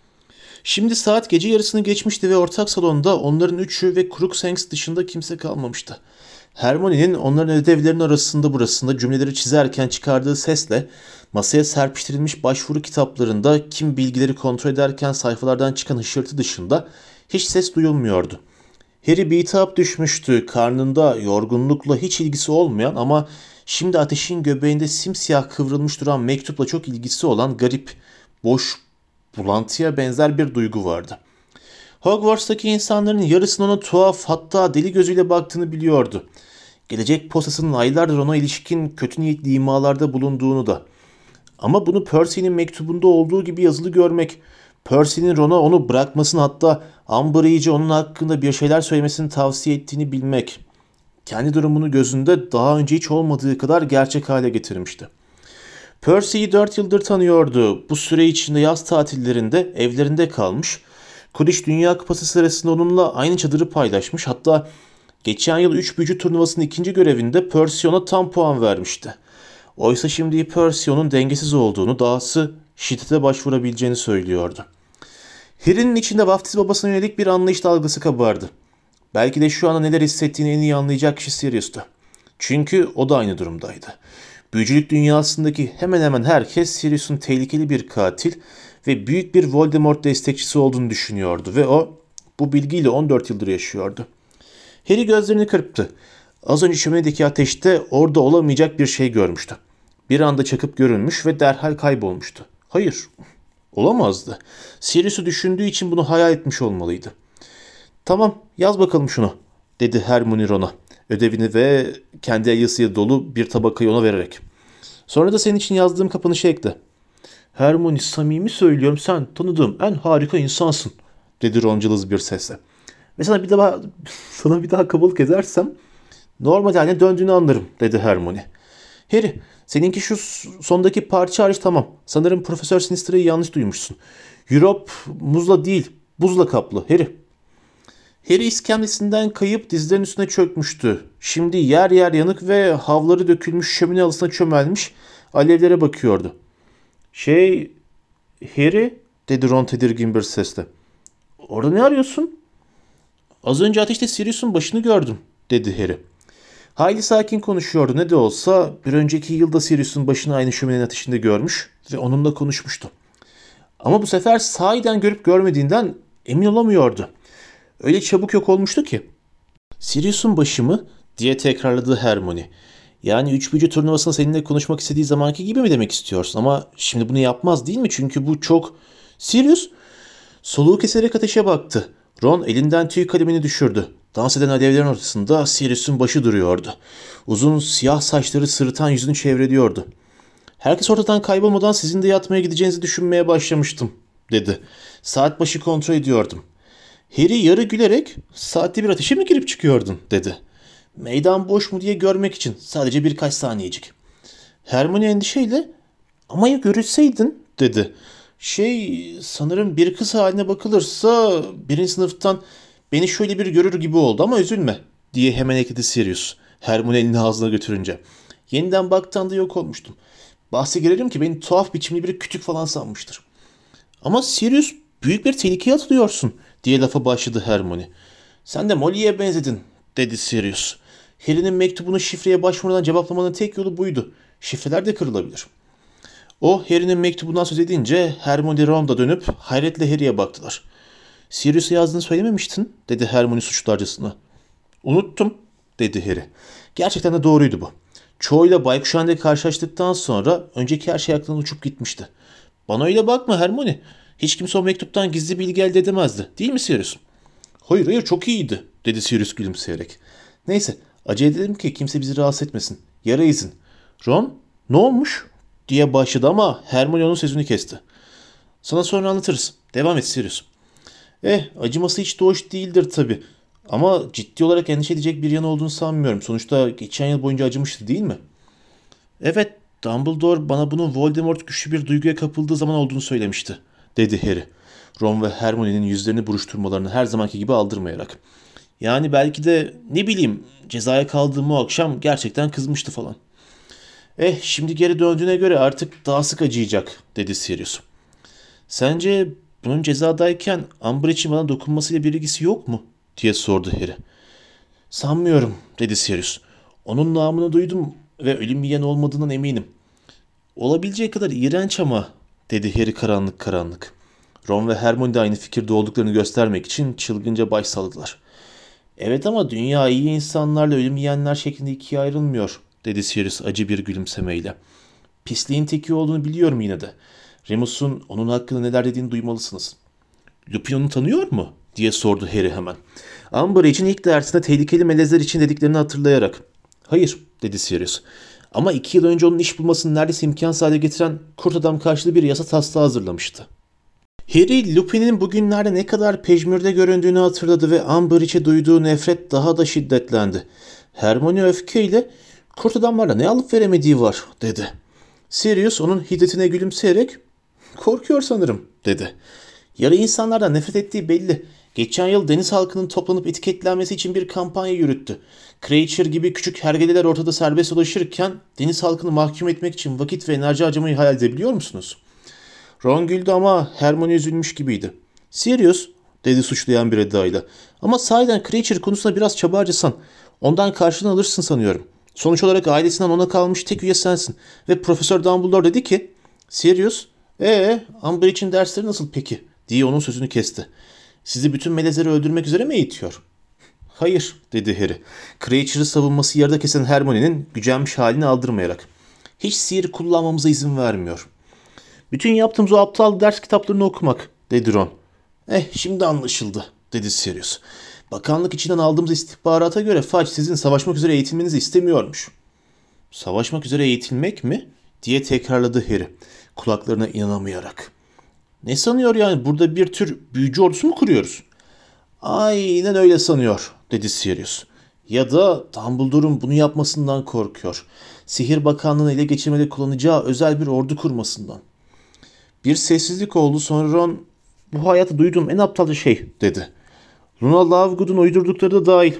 Şimdi saat gece yarısını geçmişti ve ortak salonda onların üçü ve Crookshanks dışında kimse kalmamıştı. Hermione'nin onların ödevlerinin arasında burasında cümleleri çizerken çıkardığı sesle masaya serpiştirilmiş başvuru kitaplarında kim bilgileri kontrol ederken sayfalardan çıkan hışırtı dışında hiç ses duyulmuyordu. Harry bitap düşmüştü, karnında yorgunlukla hiç ilgisi olmayan ama şimdi ateşin göbeğinde simsiyah kıvrılmış duran mektupla çok ilgisi olan garip, boş, bulantıya benzer bir duygu vardı. Hogwarts'taki insanların yarısının ona tuhaf, hatta deli gözüyle baktığını biliyordu. Gelecek postasının aylardır ona ilişkin kötü niyetli imalarda bulunduğunu da. Ama bunu Percy'nin mektubunda olduğu gibi yazılı görmek, Percy'nin Ron'a onu bırakmasını, hatta Umbridge'e onun hakkında bir şeyler söylemesini tavsiye ettiğini bilmek, kendi durumunu gözünde daha önce hiç olmadığı kadar gerçek hale getirmişti. Percy'yi 4 yıldır tanıyordu. Bu süre içinde yaz tatillerinde evlerinde kalmış, Quidditch Dünya Kupası sırasında onunla aynı çadırı paylaşmış, hatta geçen yıl 3 büyücü turnuvasının ikinci görevinde Percy ona tam puan vermişti. Oysa şimdi Percy onun dengesiz olduğunu, dahası şiddete başvurabileceğini söylüyordu. Harry'nin içinde vaftiz babasına yönelik bir anlayış dalgası kabardı. Belki de şu anda neler hissettiğini en iyi anlayacak kişi Sirius'tu. Çünkü o da aynı durumdaydı. Büyücülük dünyasındaki hemen hemen herkes Sirius'un tehlikeli bir katil ve büyük bir Voldemort destekçisi olduğunu düşünüyordu ve o bu bilgiyle 14 yıldır yaşıyordu. Harry gözlerini kırptı. Az önce şöminedeki ateşte orada olamayacak bir şey görmüştü. Bir anda çakıp görünmüş ve derhal kaybolmuştu. Hayır, olamazdı. Sirius'u düşündüğü için bunu hayal etmiş olmalıydı. Tamam, yaz bakalım şunu, dedi Hermione Ron'a, ödevini ve kendi yazısıyla dolu bir tabakayı ona vererek. Sonra da senin için yazdığım kapanışı ekle. Hermione, samimi söylüyorum, sen tanıdığım en harika insansın, dedi Ron cılız bir sesle. Ve sana bir daha kabalık edersem normal haline döndüğünü anlarım, dedi Hermione. Harry, seninki şu sondaki parça hariç tamam. Sanırım Profesör Sinistra'yı yanlış duymuşsun. Europe muzla değil, buzla kaplı. Harry iskemlesinden kayıp dizlerinin üstüne çökmüştü. Şimdi yer yer yanık ve havları dökülmüş şömine halısına çömelmiş alevlere bakıyordu. Harry, dedi Ron tedirgin bir sesle. Orada ne arıyorsun? Az önce ateşte Sirius'un başını gördüm, dedi Harry. Hayli sakin konuşuyordu, ne de olsa bir önceki yılda Sirius'un başını aynı şöminenin ateşinde görmüş ve onunla konuşmuştu. Ama bu sefer sahiden görüp görmediğinden emin olamıyordu. Öyle çabuk yok olmuştu ki. Sirius'un başı mı? Diye tekrarladı Hermione. Yani 3 büyücü turnuvasında seninle konuşmak istediği zamanki gibi mi demek istiyorsun? Ama şimdi bunu yapmaz değil mi? Çünkü bu çok... Sirius soluğu keserek ateşe baktı. Ron elinden tüy kalemini düşürdü. Dans eden alevlerin ortasında Sirius'un başı duruyordu. Uzun siyah saçları sırıtan yüzünü çevreliyordu. Herkes ortadan kaybolmadan sizin de yatmaya gideceğinizi düşünmeye başlamıştım, dedi. Saat başı kontrol ediyordum. Harry yarı gülerek, saatte bir ateşe mi girip çıkıyordun, dedi. Meydan boş mu diye görmek için, sadece birkaç saniyecik. Hermione endişeyle, ama ya görülseydin, dedi. Sanırım bir kız haline bakılırsa birinci sınıftan beni şöyle bir görür gibi oldu ama üzülme, diye hemen ekledi Sirius. Hermione elini ağzına götürünce. Yeniden baktığında yok olmuştum. Bahse girerim ki beni tuhaf biçimli bir kütük falan sanmıştır. Ama Sirius, büyük bir tehlikeye atılıyorsun, diye lafa başladı Hermione. Sen de Molly'ye benzedin, dedi Sirius. Harry'nin mektubunu şifreye başvurmadan cevaplamanın tek yolu buydu. Şifreler de kırılabilir. O Harry'nin mektubundan söz edince Hermione Ron da dönüp hayretle Harry'e baktılar. Sirius'a yazdığını söylememiştin, dedi Hermione suçlarcasına. Unuttum, dedi Harry. Gerçekten de doğruydu bu. Çoğuyla Baykuş Han'da karşılaştıktan sonra önceki her şey aklından uçup gitmişti. Bana öyle bakma Hermione. Hiç kimse o mektuptan gizli bilgi elde edemezdi. Değil mi Sirius? Hayır çok iyiydi, dedi Sirius gülümseyerek. Neyse acele edelim ki kimse bizi rahatsız etmesin. Yara izin. Ron ne olmuş, diye başladı ama Hermione onun sözünü kesti. Sana sonra anlatırız. Devam et Sirius. Acıması hiç de hoş değildir tabii. Ama ciddi olarak endişe edecek bir yanı olduğunu sanmıyorum. Sonuçta geçen yıl boyunca acımıştı değil mi? Evet, Dumbledore bana bunun Voldemort güçlü bir duyguya kapıldığı zaman olduğunu söylemişti, dedi Harry. Ron ve Hermione'nin yüzlerini buruşturmalarını her zamanki gibi aldırmayarak. Yani belki de ne bileyim cezaya kaldığım o akşam gerçekten kızmıştı falan. Şimdi geri döndüğüne göre artık daha sık acıyacak, dedi Sirius. Sence bunun cezadayken Umbridge'in bana dokunmasıyla bir ilgisi yok mu, diye sordu Harry. Sanmıyorum, dedi Sirius. Onun namını duydum ve ölüm yiyen olmadığından eminim. Olabileceği kadar iğrenç ama, dedi Harry karanlık karanlık. Ron ve Hermione de aynı fikirde olduklarını göstermek için çılgınca baş salladılar. Evet ama dünya iyi insanlarla ölüm yiyenler şeklinde ikiye ayrılmıyor, dedi Sirius acı bir gülümsemeyle. Pisliğin teki olduğunu biliyorum yine de. Remus'un onun hakkında neler dediğini duymalısınız. Lupin onu tanıyor mu, diye sordu Harry hemen. Umbridge'in ilk dersinde tehlikeli melezler için dediklerini hatırlayarak. Hayır, dedi Sirius. Ama 2 yıl önce onun iş bulmasını neredeyse imkansız hale getiren kurt adam karşılığı bir yasa taslağı hazırlamıştı. Harry, Lupin'in bugünlerde ne kadar pejmürde göründüğünü hatırladı ve Umbridge'e duyduğu nefret daha da şiddetlendi. Hermione öfkeyle, kurt adamlarla ne alıp veremediği var, dedi. Sirius onun hiddetine gülümseyerek, korkuyor sanırım, dedi. Yarı insanlardan nefret ettiği belli. Geçen yıl deniz halkının toplanıp etiketlenmesi için bir kampanya yürüttü. Kreacher gibi küçük hergeleler ortada serbest dolaşırken deniz halkını mahkum etmek için vakit ve enerji harcamayı hayal edebiliyor musunuz? Ron güldü ama Hermione üzülmüş gibiydi. Sirius, dedi suçlayan bir edayla. Ama sahiden Kreacher konusunda biraz çaba harcasan ondan karşılığını alırsın sanıyorum. Sonuç olarak ailesinden ona kalmış tek üye sensin. Ve Profesör Dumbledore dedi ki, Sirius, Umbridge'in dersleri nasıl peki, diye onun sözünü kesti. Sizi bütün melezleri öldürmek üzere mi eğitiyor? Hayır, dedi Harry. Kreacher'ı savunması yarıda kesen Hermione'nin gücenmiş halini aldırmayarak. Hiç sihir kullanmamıza izin vermiyor. Bütün yaptığımız o aptal ders kitaplarını okumak, dedi Ron. Şimdi anlaşıldı, dedi Sirius. Bakanlık içinden aldığımız istihbarata göre Fudge sizin savaşmak üzere eğitilmenizi istemiyormuş. Savaşmak üzere eğitilmek mi, diye tekrarladı Harry, kulaklarına inanamayarak. Ne sanıyor yani, burada bir tür büyücü ordusu mu kuruyoruz? Aynen öyle sanıyor, dedi Sirius. Ya da Dumbledore'un bunu yapmasından korkuyor. Sihir Bakanlığı'nı ele geçirmede kullanacağı özel bir ordu kurmasından. Bir sessizlik oldu, sonra Ron, bu hayatı duyduğum en aptalca şey, dedi. Luna Lovegood'un uydurdukları da dahil.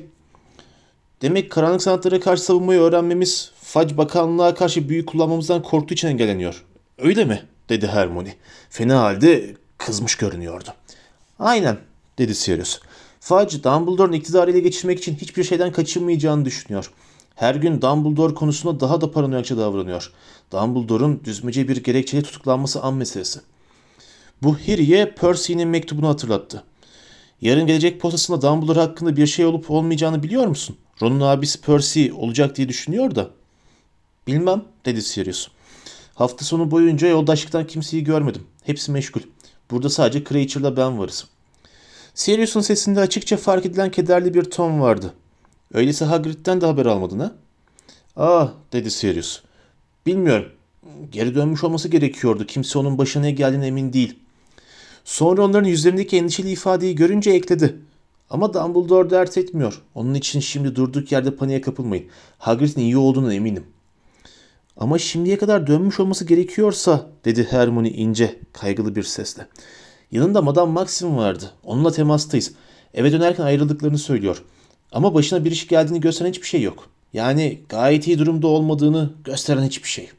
Demek karanlık sanatlara karşı savunmayı öğrenmemiz Fudge Bakanlığı'na karşı büyü kullanmamızdan korktuğu için engelleniyor. Öyle mi, dedi Hermione. Fena halde kızmış görünüyordu. Aynen, dedi Sirius. Fudge, Dumbledore'un iktidarı ele geçirmek için hiçbir şeyden kaçınmayacağını düşünüyor. Her gün Dumbledore konusunda daha da paranoyakça davranıyor. Dumbledore'un düzmece bir gerekçeyle tutuklanması an meselesi. Bu Harry'e Percy'nin mektubunu hatırlattı. Yarın gelecek postasında Dumbledore hakkında bir şey olup olmayacağını biliyor musun? Ron'un abisi Percy olacak diye düşünüyor da. Bilmem, dedi Sirius. Hafta sonu boyunca yoldaşlıktan kimseyi görmedim. Hepsi meşgul. Burada sadece Kreacher'la ben varız. Sirius'un sesinde açıkça fark edilen kederli bir ton vardı. Öyleyse Hagrid'den de haber almadın ha? Ah, dedi Sirius. Bilmiyorum. Geri dönmüş olması gerekiyordu. Kimse onun başına ne geldiğine emin değil. Sonra onların yüzlerindeki endişeli ifadeyi görünce ekledi. Ama Dumbledore dert etmiyor. Onun için şimdi durduk yerde paniğe kapılmayın. Hagrid'in iyi olduğuna eminim. Ama şimdiye kadar dönmüş olması gerekiyorsa, dedi Hermione ince, kaygılı bir sesle. Yanında Madame Maxim vardı. Onunla temastayız. Eve dönerken ayrıldıklarını söylüyor. Ama başına bir iş geldiğini gösteren hiçbir şey yok. Yani gayet iyi durumda olmadığını gösteren hiçbir şey.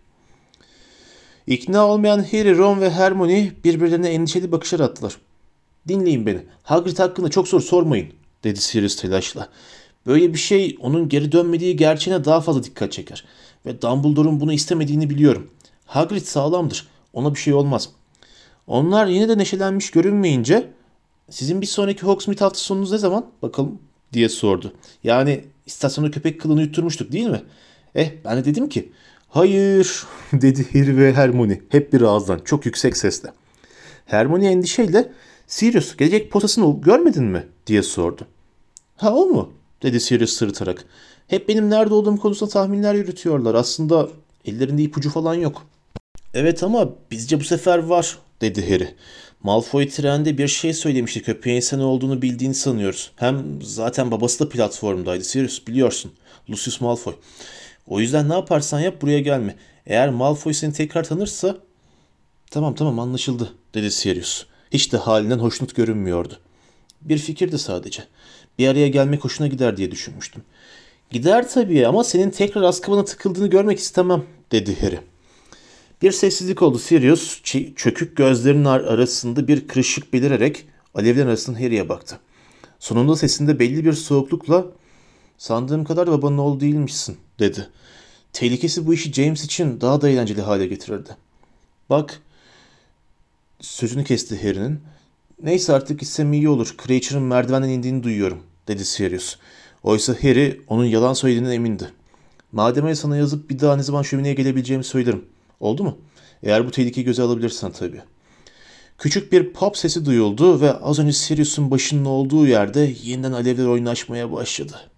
İkna olmayan Harry, Ron ve Hermione birbirlerine endişeli bakışlar attılar. Dinleyin beni. Hagrid hakkında çok soru sormayın, dedi Sirius telaşla. Böyle bir şey onun geri dönmediği gerçeğine daha fazla dikkat çeker. Ve Dumbledore'un bunu istemediğini biliyorum. Hagrid sağlamdır. Ona bir şey olmaz. Onlar yine de neşelenmiş görünmeyince sizin bir sonraki Hogsmeade hafta sonunuz ne zaman bakalım diye sordu. Yani istasyonda köpek kılını yutturmuştuk değil mi? Ben de dedim ki hayır dedi Harry ve Hermione hep bir ağızdan çok yüksek sesle. Hermione endişeyle Sirius gelecek posasını görmedin mi diye sordu. Ha o mu? Dedi Sirius sırıtarak. Hep benim nerede olduğum konusunda tahminler yürütüyorlar. Aslında ellerinde ipucu falan yok. Evet ama bizce bu sefer var, dedi Harry. Malfoy trende bir şey söylemişti. Köpeğin sen olduğunu bildiğini sanıyoruz. Hem zaten babası da platformdaydı. Sirius biliyorsun. Lucius Malfoy. O yüzden ne yaparsan yap buraya gelme. Eğer Malfoy seni tekrar tanırsa... Tamam anlaşıldı, dedi Sirius. Hiç de halinden hoşnut görünmüyordu. Bir fikirdi sadece. Bir araya gelmek hoşuna gider diye düşünmüştüm. Gider tabii ama senin tekrar Azkaban'a tıkıldığını görmek istemem, dedi Harry. Bir sessizlik oldu. Sirius çökük gözlerinin arasında bir kırışık belirerek alevlerin arasından Harry'e baktı. Sonunda sesinde belli bir soğuklukla sandığım kadar da babanın oğlu değilmişsin, dedi. Tehlikesi bu işi James için daha da eğlenceli hale getirirdi. Bak, sözünü kesti Harry'nin. Neyse artık gitsem iyi olur. Creature'ın merdivenden indiğini duyuyorum, dedi Sirius. Oysa Harry onun yalan söylediğinden emindi. Madem sana yazıp bir daha ne zaman şömineye gelebileceğimi söylerim. Oldu mu? Eğer bu tehlikeyi göze alabilirsen tabii. Küçük bir pop sesi duyuldu ve az önce Sirius'un başının olduğu yerde yeniden alevler oynaşmaya başladı.